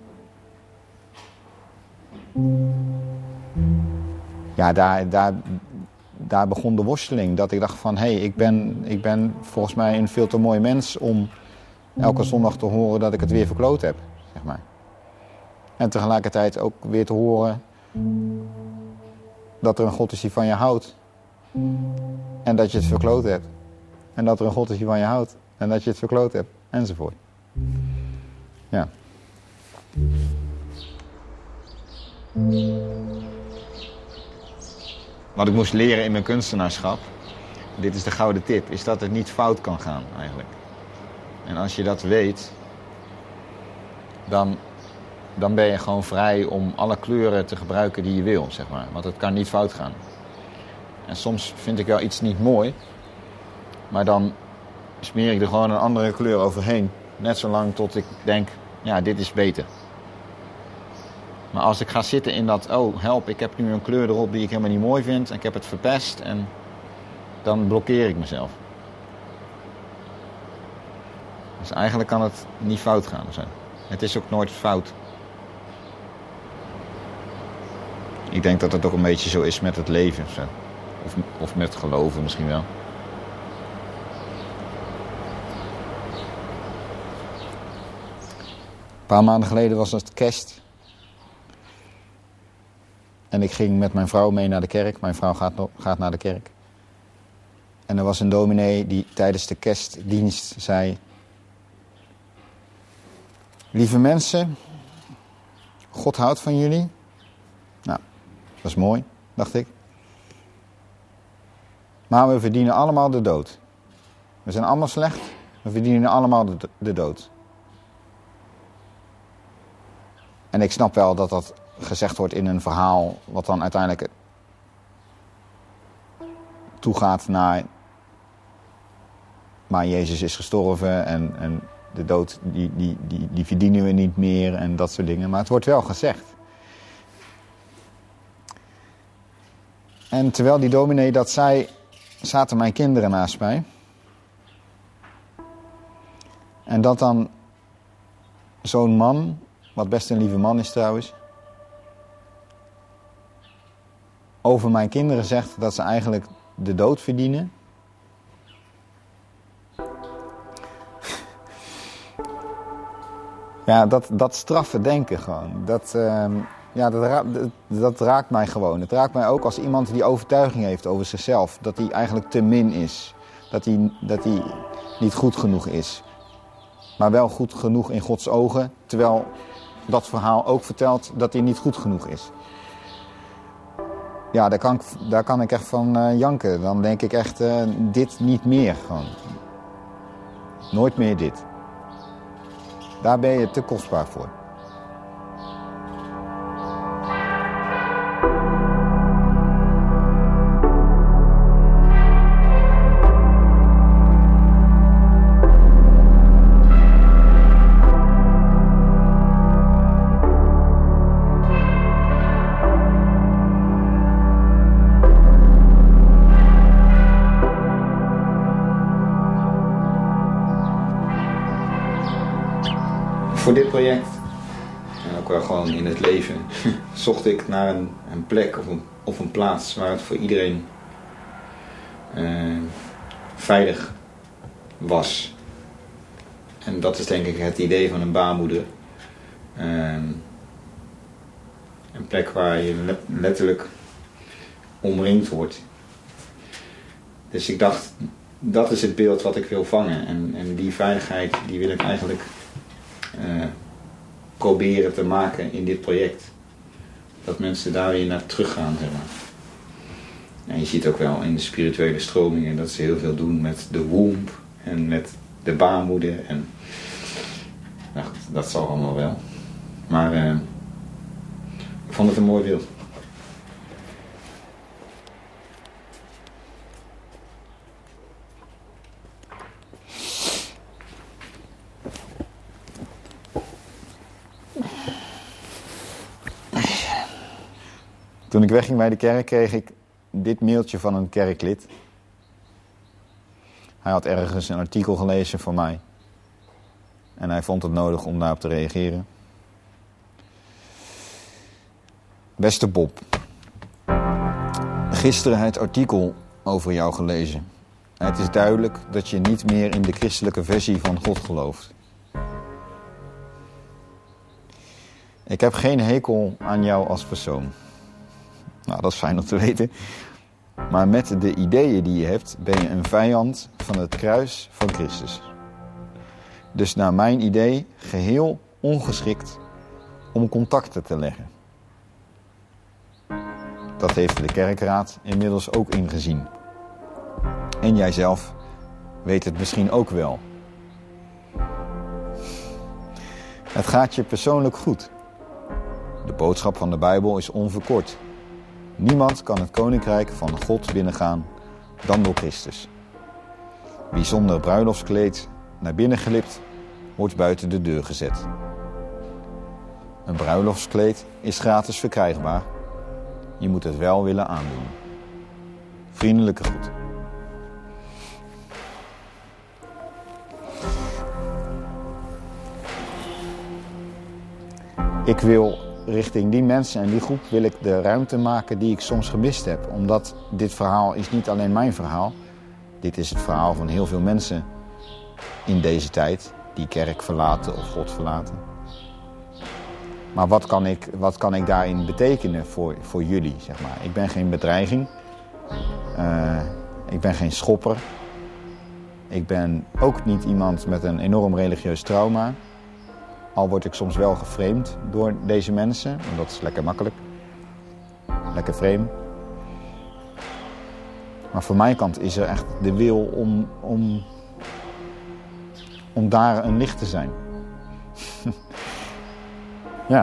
Ja, daar begon de worsteling. Dat ik dacht van, hé, ik ben volgens mij een veel te mooi mens om elke zondag te horen dat ik het weer verkloot heb, zeg maar. En tegelijkertijd ook weer te horen dat er een God is die van je houdt. En dat je het verkloot hebt. En dat er een God is die van je houdt. En dat je het verkloot hebt. Enzovoort. Ja. Wat ik moest leren in mijn kunstenaarschap, dit is de gouden tip, is dat het niet fout kan gaan eigenlijk. En als je dat weet, dan ben je gewoon vrij om alle kleuren te gebruiken die je wil, zeg maar. Want het kan niet fout gaan. En soms vind ik wel iets niet mooi, maar dan smeer ik er gewoon een andere kleur overheen. Net zolang tot ik denk, ja, dit is beter. Maar als ik ga zitten in dat, oh help, ik heb nu een kleur erop die ik helemaal niet mooi vind en ik heb het verpest, en dan blokkeer ik mezelf. Dus eigenlijk kan het niet fout gaan. Het is ook nooit fout. Ik denk dat het ook een beetje zo is met het leven. Zo. Of met geloven misschien wel. Een paar maanden geleden was het kerst. En ik ging met mijn vrouw mee naar de kerk. Mijn vrouw gaat naar de kerk. En er was een dominee die tijdens de kerstdienst zei: lieve mensen, God houdt van jullie. Nou, dat is mooi, dacht ik. Maar we verdienen allemaal de dood. We zijn allemaal slecht, we verdienen allemaal de dood. En ik snap wel dat dat gezegd wordt in een verhaal wat dan uiteindelijk toegaat naar: maar Jezus is gestorven en de dood die verdienen we niet meer en dat soort dingen. Maar het wordt wel gezegd. En terwijl die dominee dat zei, zaten mijn kinderen naast mij. En dat dan zo'n man, wat best een lieve man is trouwens, over mijn kinderen zegt dat ze eigenlijk de dood verdienen. Ja, dat straffe denken gewoon. Dat raakt mij gewoon. Het raakt mij ook als iemand die overtuiging heeft over zichzelf. Dat hij eigenlijk te min is. Dat hij niet goed genoeg is. Maar wel goed genoeg in Gods ogen. Terwijl dat verhaal ook vertelt dat hij niet goed genoeg is. Ja, daar kan ik echt van janken. Dan denk ik echt, dit niet meer gewoon. Nooit meer dit. Daar ben je te kostbaar voor. Voor dit project, en dan wel gewoon in het leven, zocht ik naar een plek of een plaats waar het voor iedereen veilig was. En dat is denk ik het idee van een baarmoeder. Een plek waar je letterlijk omringd wordt. Dus ik dacht, dat is het beeld wat ik wil vangen. En die veiligheid die wil ik eigenlijk proberen te maken in dit project. Dat mensen daar weer naar terug gaan, zeg maar. En je ziet ook wel in de spirituele stromingen dat ze heel veel doen met de womb en met de baarmoeder. En nou goed, dat zal allemaal wel. Maar ik vond het een mooi beeld. Toen ik wegging bij de kerk kreeg ik dit mailtje van een kerklid. Hij had ergens een artikel gelezen van mij. En hij vond het nodig om daarop te reageren. Beste Bob. Gisteren het artikel over jou gelezen. Het is duidelijk dat je niet meer in de christelijke versie van God gelooft. Ik heb geen hekel aan jou als persoon. Nou, dat is fijn om te weten. Maar met de ideeën die je hebt, ben je een vijand van het kruis van Christus. Dus naar mijn idee geheel ongeschikt om contacten te leggen. Dat heeft de kerkraad inmiddels ook ingezien. En jijzelf weet het misschien ook wel. Het gaat je persoonlijk goed. De boodschap van de Bijbel is onverkort. Niemand kan het koninkrijk van God binnengaan dan door Christus. Wie zonder bruiloftskleed naar binnen glipt, wordt buiten de deur gezet. Een bruiloftskleed is gratis verkrijgbaar. Je moet het wel willen aandoen. Vriendelijke groet. Ik wil richting die mensen en die groep wil ik de ruimte maken die ik soms gemist heb. Omdat dit verhaal is niet alleen mijn verhaal. Dit is het verhaal van heel veel mensen in deze tijd die kerk verlaten of God verlaten. Maar wat kan ik daarin betekenen voor jullie, zeg maar? Ik ben geen bedreiging. Ik ben geen schopper. Ik ben ook niet iemand met een enorm religieus trauma. Al word ik soms wel geframed door deze mensen. En dat is lekker makkelijk. Lekker vreemd. Maar van mijn kant is er echt de wil om daar een licht te zijn. Ja.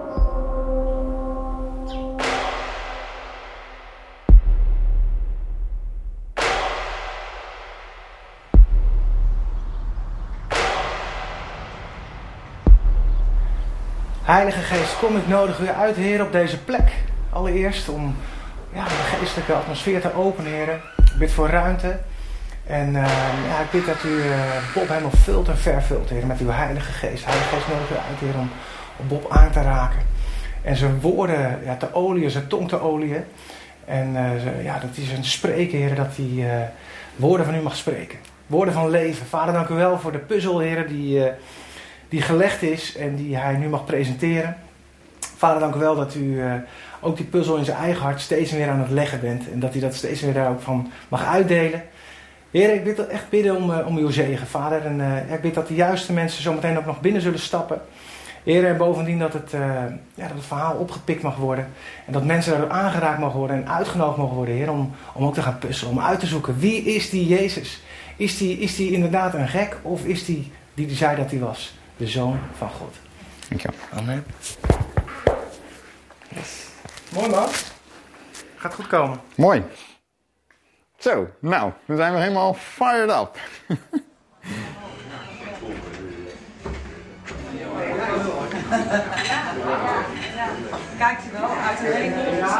Heilige Geest, kom ik nodig u uit, Heer, op deze plek. Allereerst om de geestelijke atmosfeer te openen, Heer. Ik bid voor ruimte. En ik bid dat u Bob helemaal vult en vervult, Heer, met uw Heilige Geest. Heilige Geest nodig u uit, Heer, om Bob aan te raken. En zijn woorden te oliën, zijn tong te oliën. En dat hij zijn spreken, Heer, dat hij woorden van u mag spreken. Woorden van leven. Vader, dank u wel voor de puzzel, Heer, die gelegd is en die hij nu mag presenteren. Vader, dank u wel dat u ook die puzzel in zijn eigen hart steeds weer aan het leggen bent. En dat hij dat steeds weer daar ook van mag uitdelen. Heer, ik wil echt bidden om uw zegen, Vader. En ik bid dat de juiste mensen zometeen ook nog binnen zullen stappen. Heer, en bovendien dat het verhaal opgepikt mag worden. En dat mensen daardoor aangeraakt mogen worden en uitgenodigd mogen worden, Heer, om ook te gaan puzzelen. Om uit te zoeken, wie is die Jezus? Is die inderdaad een gek of is die zei dat hij was? De Zoon van God. Dank je. Amen. Yes. Mooi man. Gaat goed komen. Mooi. Zo, nou, dan zijn we helemaal fired up. Kijkt u wel uit de hemel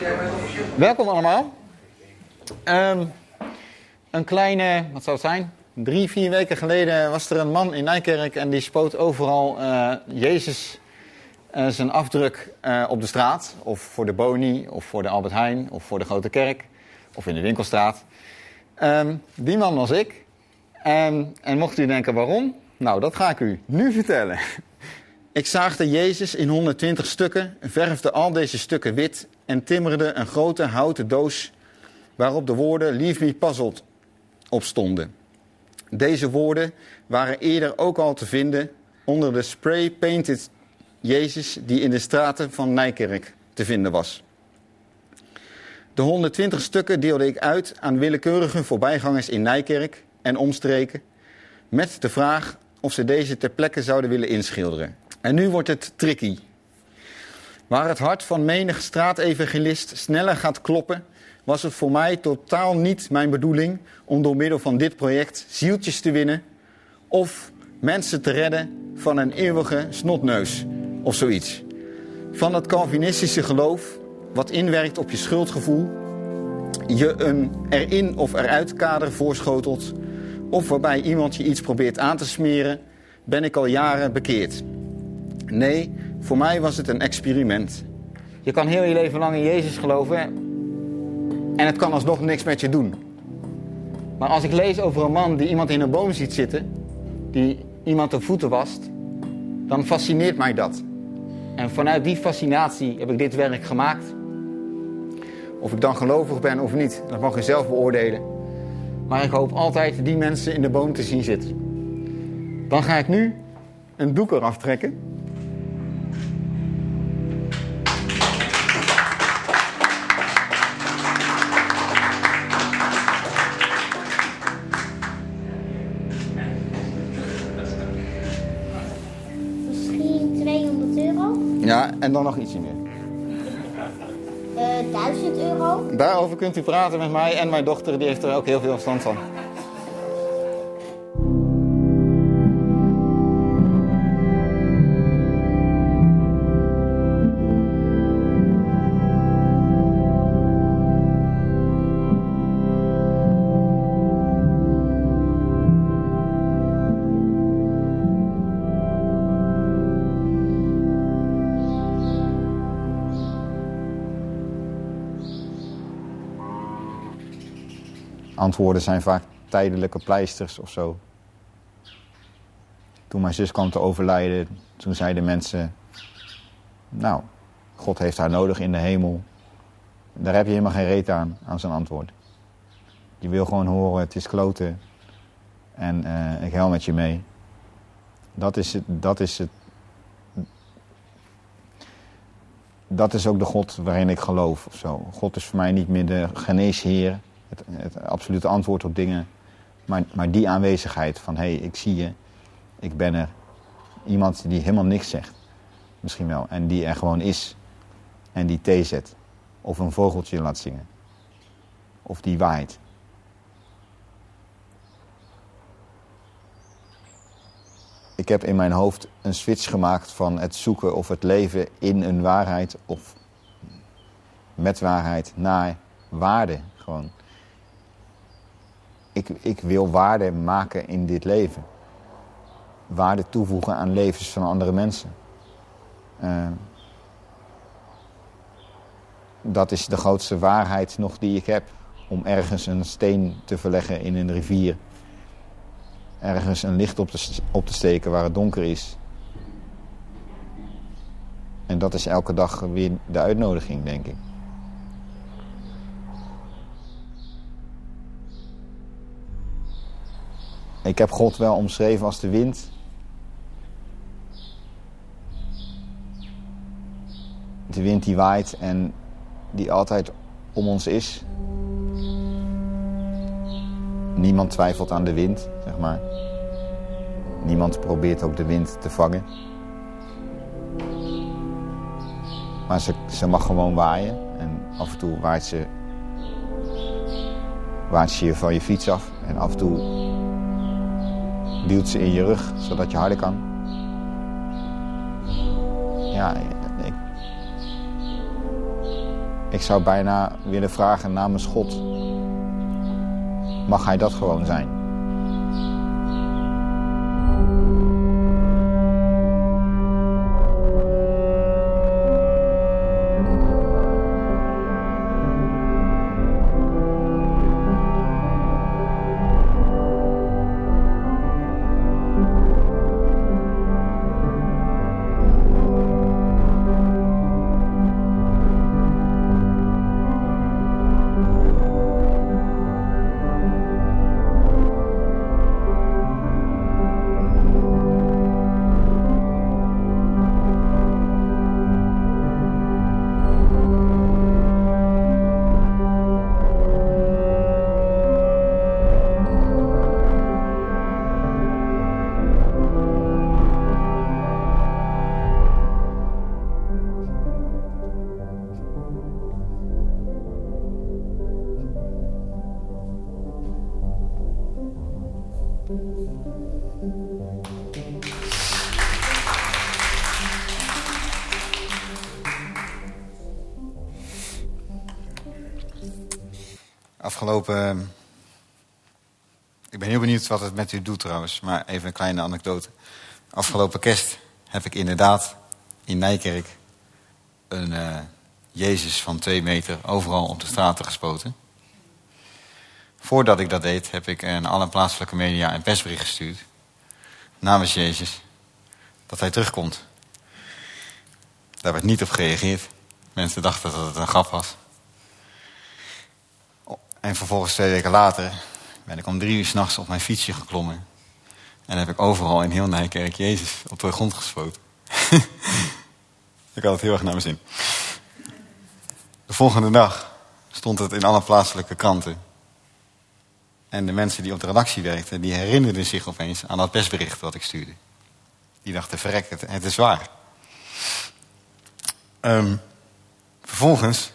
Welkom allemaal. Een kleine, wat zou het zijn? 3-4 weken geleden was er een man in Nijkerk en die spoot overal Jezus zijn afdruk op de straat. Of voor de Boni, of voor de Albert Heijn, of voor de Grote Kerk, of in de winkelstraat. Die man was ik. En mocht u denken waarom? Nou, dat ga ik u nu vertellen. Ik zaagde Jezus in 120 stukken, verfde al deze stukken wit en timmerde een grote houten doos waarop de woorden Leave me puzzled op stonden. Deze woorden waren eerder ook al te vinden onder de spray-painted Jezus die in de straten van Nijkerk te vinden was. De 120 stukken deelde ik uit aan willekeurige voorbijgangers in Nijkerk en omstreken met de vraag of ze deze ter plekke zouden willen inschilderen. En nu wordt het tricky. Waar het hart van menig straatevangelist sneller gaat kloppen, was het voor mij totaal niet mijn bedoeling om door middel van dit project zieltjes te winnen of mensen te redden van een eeuwige snotneus of zoiets. Van het Calvinistische geloof, wat inwerkt op je schuldgevoel, je een erin of eruit kader voorschotelt, of waarbij iemand je iets probeert aan te smeren, ben ik al jaren bekeerd. Nee, voor mij was het een experiment. Je kan heel je leven lang in Jezus geloven en het kan alsnog niks met je doen. Maar als ik lees over een man die iemand in een boom ziet zitten, die iemand de voeten wast, dan fascineert mij dat. En vanuit die fascinatie heb ik dit werk gemaakt. Of ik dan gelovig ben of niet, dat mag u zelf beoordelen. Maar ik hoop altijd die mensen in de boom te zien zitten. Dan ga ik nu een doek eraf trekken. Misschien 200 euro. Ja, en dan nog ietsje meer. 1000 euro. Daarover kunt u praten met mij en mijn dochter, die heeft er ook heel veel verstand van. Antwoorden zijn vaak tijdelijke pleisters of zo. Toen mijn zus kwam te overlijden, toen zeiden mensen, nou, God heeft haar nodig in de hemel. Daar heb je helemaal geen reet aan zijn antwoord. Je wil gewoon horen, het is kloten en ik huil met je mee. Dat is ook de God waarin ik geloof of zo. God is voor mij niet meer de geneesheer, het absolute antwoord op dingen. Maar die aanwezigheid van, hé, ik zie je, ik ben er. Iemand die helemaal niks zegt, misschien wel. En die er gewoon is. En die thee zet. Of een vogeltje laat zingen. Of die waait. Ik heb in mijn hoofd een switch gemaakt van het zoeken of het leven in een waarheid of met waarheid naar waarde gewoon. Ik wil waarde maken in dit leven. Waarde toevoegen aan levens van andere mensen. Dat is de grootste waarheid nog die ik heb. Om ergens een steen te verleggen in een rivier. Ergens een licht op te steken waar het donker is. En dat is elke dag weer de uitnodiging, denk ik. Ik heb God wel omschreven als de wind. De wind die waait en die altijd om ons is. Niemand twijfelt aan de wind, zeg maar. Niemand probeert ook de wind te vangen. Maar ze mag gewoon waaien. En af en toe waait ze je van je fiets af. En af en toe duwt ze in je rug, zodat je harder kan. Ja, ik zou bijna willen vragen namens God. Mag hij dat gewoon zijn? afgelopen... Ik ben heel benieuwd wat het met u doet trouwens, maar even een kleine anekdote. Afgelopen kerst heb ik inderdaad in Nijkerk een Jezus van 2 meter overal op de straten gespoten. Voordat ik dat deed, heb ik aan alle plaatselijke media een persbericht gestuurd namens Jezus dat hij terugkomt. Daar werd niet op gereageerd. Mensen dachten dat het een grap was. En vervolgens 2 weken later ben ik om 3 uur 's nachts op mijn fietsje geklommen. En heb ik overal in heel Nijkerk Jezus op de grond gespoten. Ik had het heel erg naar mijn zin. De volgende dag stond het in alle plaatselijke kranten. En de mensen die op de redactie werkten, die herinnerden zich opeens aan dat persbericht wat ik stuurde. Die dachten, verrek, het is waar. Vervolgens,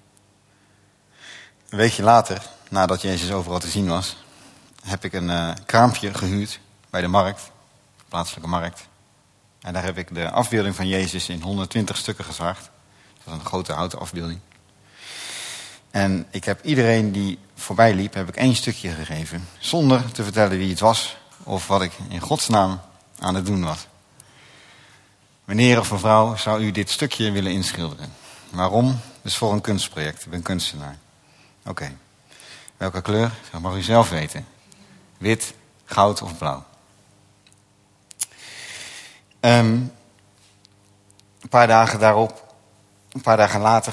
een weekje later, nadat Jezus overal te zien was, heb ik een kraampje gehuurd bij de markt, de plaatselijke markt. En daar heb ik de afbeelding van Jezus in 120 stukken gezaagd. Dat was een grote houten afbeelding. En ik heb iedereen die voorbij liep, heb ik 1 stukje gegeven. Zonder te vertellen wie het was of wat ik in Gods naam aan het doen was. Meneer of mevrouw, zou u dit stukje willen inschilderen? Waarom? Dus voor een kunstproject. Ik ben kunstenaar. Oké. Welke kleur? Dat mag u zelf weten. Wit, goud of blauw? Een paar dagen later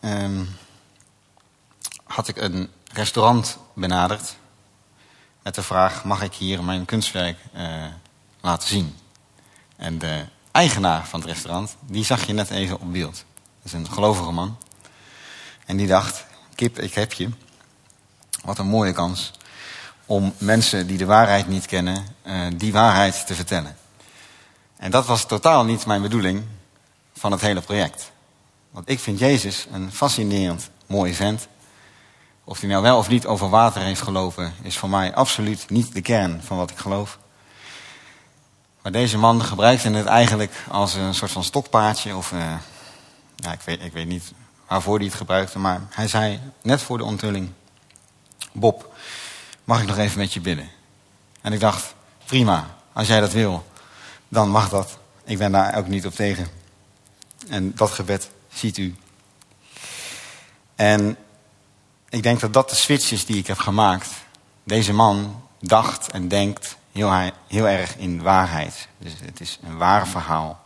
had ik een restaurant benaderd met de vraag, mag ik hier mijn kunstwerk laten zien? En de eigenaar van het restaurant, die zag je net even op beeld. Dat is een gelovige man. En die dacht, Kip, ik heb je. Wat een mooie kans om mensen die de waarheid niet kennen, die waarheid te vertellen. En dat was totaal niet mijn bedoeling van het hele project. Want ik vind Jezus een fascinerend mooi vent. Of hij nou wel of niet over water heeft gelopen, is voor mij absoluut niet de kern van wat ik geloof. Maar deze man gebruikte het eigenlijk als een soort van stokpaardje. Of ik weet niet waarvoor hij het gebruikte. Maar hij zei net voor de onthulling, Bob, mag ik nog even met je bidden? En ik dacht, prima, als jij dat wil, dan mag dat. Ik ben daar ook niet op tegen. En dat gebed ziet u. En ik denk dat dat de switch is die ik heb gemaakt. Deze man dacht en denkt heel erg in waarheid. Dus het is een waar verhaal.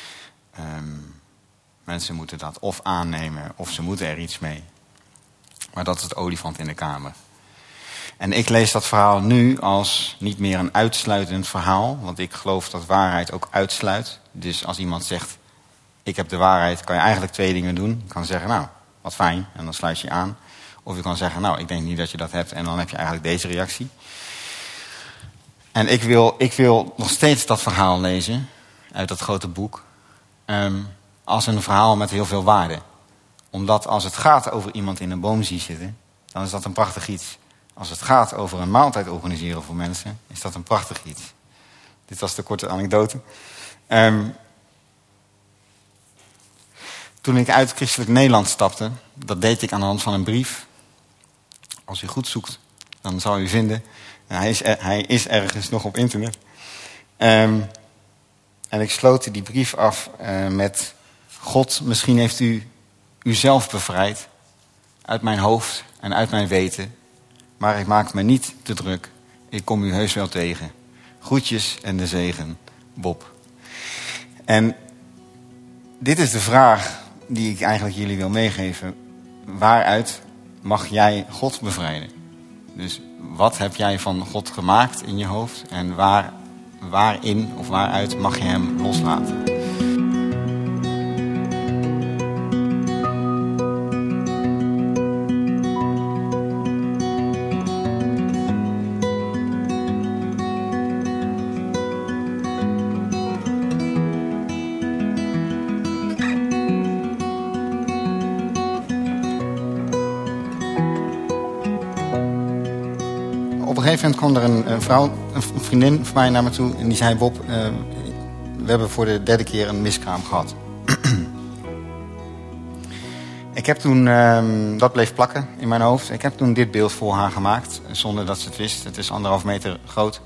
Mensen moeten dat of aannemen of ze moeten er iets mee. Maar dat is het olifant in de kamer. En ik lees dat verhaal nu als niet meer een uitsluitend verhaal. Want ik geloof dat waarheid ook uitsluit. Dus als iemand zegt, ik heb de waarheid, kan je eigenlijk 2 dingen doen. Je kan zeggen, nou, wat fijn, en dan sluit je aan. Of je kan zeggen, nou, ik denk niet dat je dat hebt. En dan heb je eigenlijk deze reactie. En ik wil nog steeds dat verhaal lezen, uit dat grote boek, als een verhaal met heel veel waarde. Omdat als het gaat over iemand in een boom zien zitten, dan is dat een prachtig iets. Als het gaat over een maaltijd organiseren voor mensen, is dat een prachtig iets. Dit was de korte anekdote. Toen ik uit Christelijk Nederland stapte, dat deed ik aan de hand van een brief. Als u goed zoekt, dan zal u vinden. Hij is ergens nog op internet. En ik sloot die brief af met, God, misschien heeft u uzelf bevrijd uit mijn hoofd en uit mijn weten. Maar ik maak me niet te druk. Ik kom u heus wel tegen. Groetjes en de zegen, Bob. En dit is de vraag die ik eigenlijk jullie wil meegeven. Waaruit mag jij God bevrijden? Dus wat heb jij van God gemaakt in je hoofd? En waarin of waaruit mag je hem loslaten? Op een gegeven moment kwam er een vrouw, een vriendin van mij naar me toe. En die zei, Bob, we hebben voor de 3e keer een miskraam gehad. Ik heb toen, dat bleef plakken in mijn hoofd. Ik heb toen dit beeld voor haar gemaakt, zonder dat ze het wist. Het is 1,5 meter groot.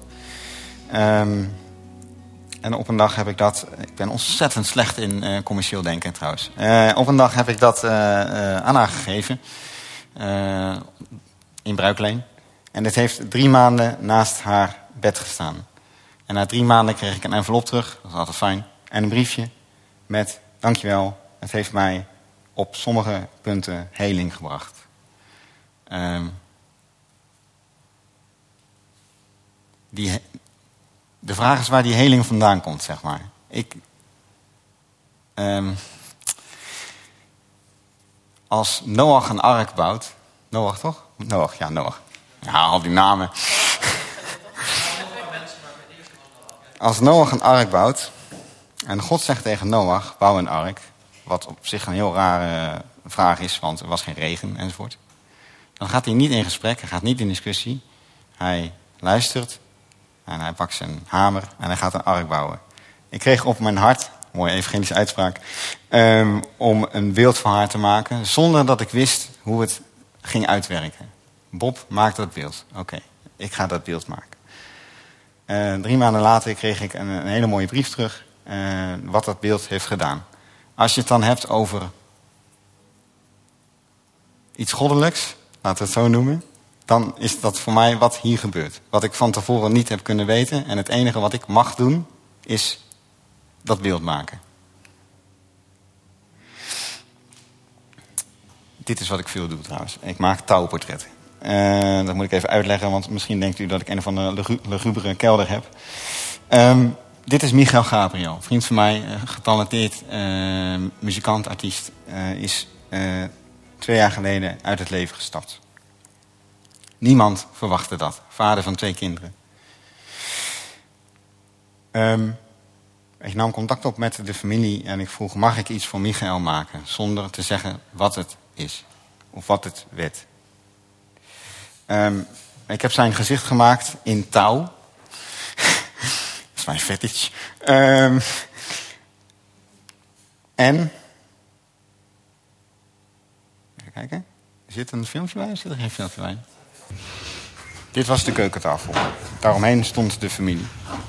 En op een dag heb ik dat... Ik ben ontzettend slecht in commercieel denken trouwens. Op een dag heb ik dat aan haar gegeven. In bruikleen. En dit heeft 3 maanden naast haar bed gestaan. En na 3 maanden kreeg ik een envelop terug. Dat is altijd fijn. En een briefje met... Dankjewel, het heeft mij op sommige punten heling gebracht. De vraag is waar die heling vandaan komt, zeg maar. Als Noach een ark bouwt... Noach, toch? Noach, ja, Noach. Ja, al die namen. Als Noach een ark bouwt... en God zegt tegen Noach, bouw een ark... wat op zich een heel rare vraag is... want er was geen regen enzovoort... dan gaat hij niet in gesprek, hij gaat niet in discussie. Hij luistert... en hij pakt zijn hamer en hij gaat een ark bouwen. Ik kreeg op mijn hart, mooie evangelische uitspraak... om een beeld van haar te maken... zonder dat ik wist hoe het ging uitwerken. Bob, maak dat beeld. Oké, ik ga dat beeld maken. 3 maanden later kreeg ik een hele mooie brief terug... wat dat beeld heeft gedaan. Als je het dan hebt over... iets goddelijks, laten we het zo noemen... dan is dat voor mij wat hier gebeurt. Wat ik van tevoren niet heb kunnen weten... en het enige wat ik mag doen, is dat beeld maken. Dit is wat ik veel doe trouwens. Ik maak touwportretten. Dat moet ik even uitleggen... want misschien denkt u dat ik een of andere lugubere kelder heb. Dit is Michael Gabriel. Vriend van mij, getalenteerd muzikant, artiest... is 2 jaar geleden uit het leven gestapt. Niemand verwachtte dat. Vader van 2 kinderen. Ik nam contact op met de familie en ik vroeg... mag ik iets voor Michael maken? Zonder te zeggen wat het is. Of wat het werd. Ik heb zijn gezicht gemaakt in touw. Dat is mijn fetish. En... Even kijken. Zit er een filmpje bij of zit er geen filmpje bij? Dit was de keukentafel. Daaromheen stond de familie.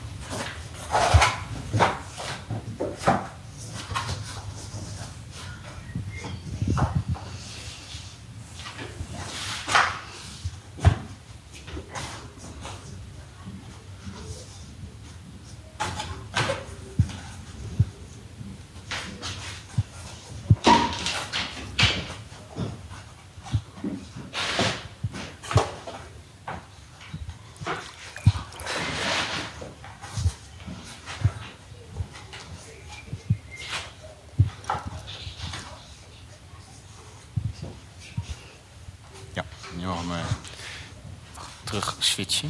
Nu gaan we terug switchen.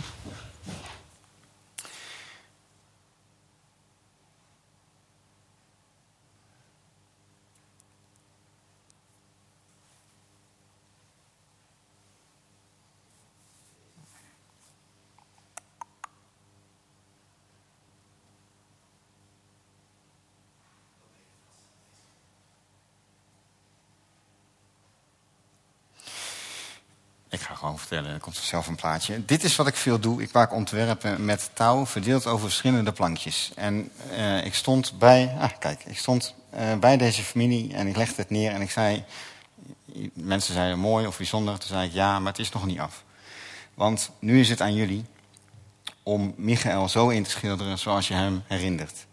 Ik ga gewoon vertellen, er komt vanzelf een plaatje. Dit is wat ik veel doe. Ik maak ontwerpen met touw, verdeeld over verschillende plankjes. En ik stond bij deze familie en ik legde het neer en ik zei... Mensen zeiden mooi of bijzonder. Toen zei ik ja, maar het is nog niet af. Want nu is het aan jullie om Michael zo in te schilderen zoals je hem herinnert.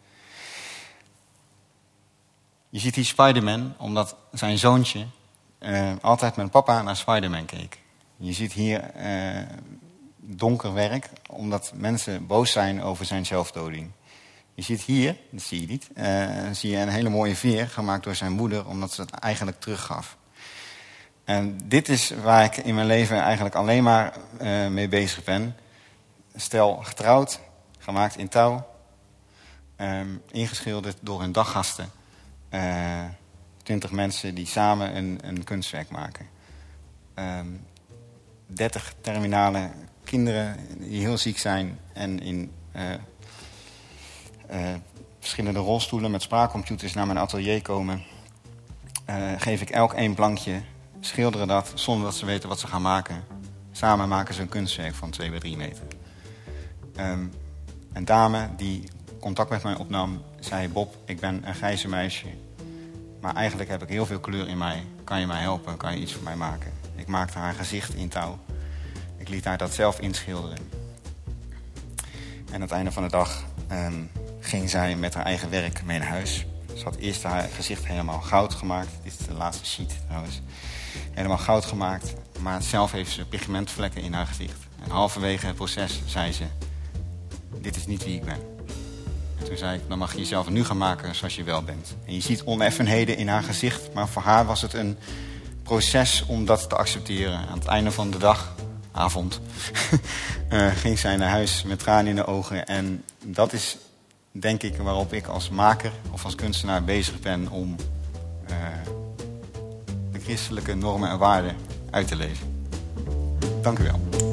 Je ziet hier Spider-Man, omdat zijn zoontje altijd met papa naar Spider-Man keek. Je ziet hier donker werk, omdat mensen boos zijn over zijn zelfdoding. Je ziet hier, dat zie je niet, zie je een hele mooie veer gemaakt door zijn moeder, omdat ze het eigenlijk teruggaf. En dit is waar ik in mijn leven eigenlijk alleen maar mee bezig ben. Stel getrouwd, gemaakt in touw, ingeschilderd door hun daggasten. 20 mensen die samen een kunstwerk maken. 30 terminale kinderen die heel ziek zijn en in verschillende rolstoelen met spraakcomputers naar mijn atelier komen. geef ik elk 1 plankje, schilderen dat zonder dat ze weten wat ze gaan maken. Samen maken ze een kunstwerk van 2 bij 3 meter. Een dame die contact met mij opnam, zei: Bob, ik ben een grijze meisje, maar eigenlijk heb ik heel veel kleur in mij. Kan je mij helpen? Kan je iets voor mij maken? Ik maakte haar gezicht in touw. Ik liet haar dat zelf inschilderen. En aan het einde van de dag ging zij met haar eigen werk mee naar huis. Ze had eerst haar gezicht helemaal goud gemaakt. Dit is de laatste sheet trouwens. Helemaal goud gemaakt. Maar zelf heeft ze pigmentvlekken in haar gezicht. En halverwege het proces zei ze: dit is niet wie ik ben. En toen zei ik: dan mag je jezelf nu gaan maken zoals je wel bent. En je ziet oneffenheden in haar gezicht. Maar voor haar was het een proces om dat te accepteren. Aan het einde van de avond, ging zij naar huis met tranen in de ogen. En dat is, denk ik, waarop ik als maker of als kunstenaar bezig ben om de christelijke normen en waarden uit te leven. Dank u wel.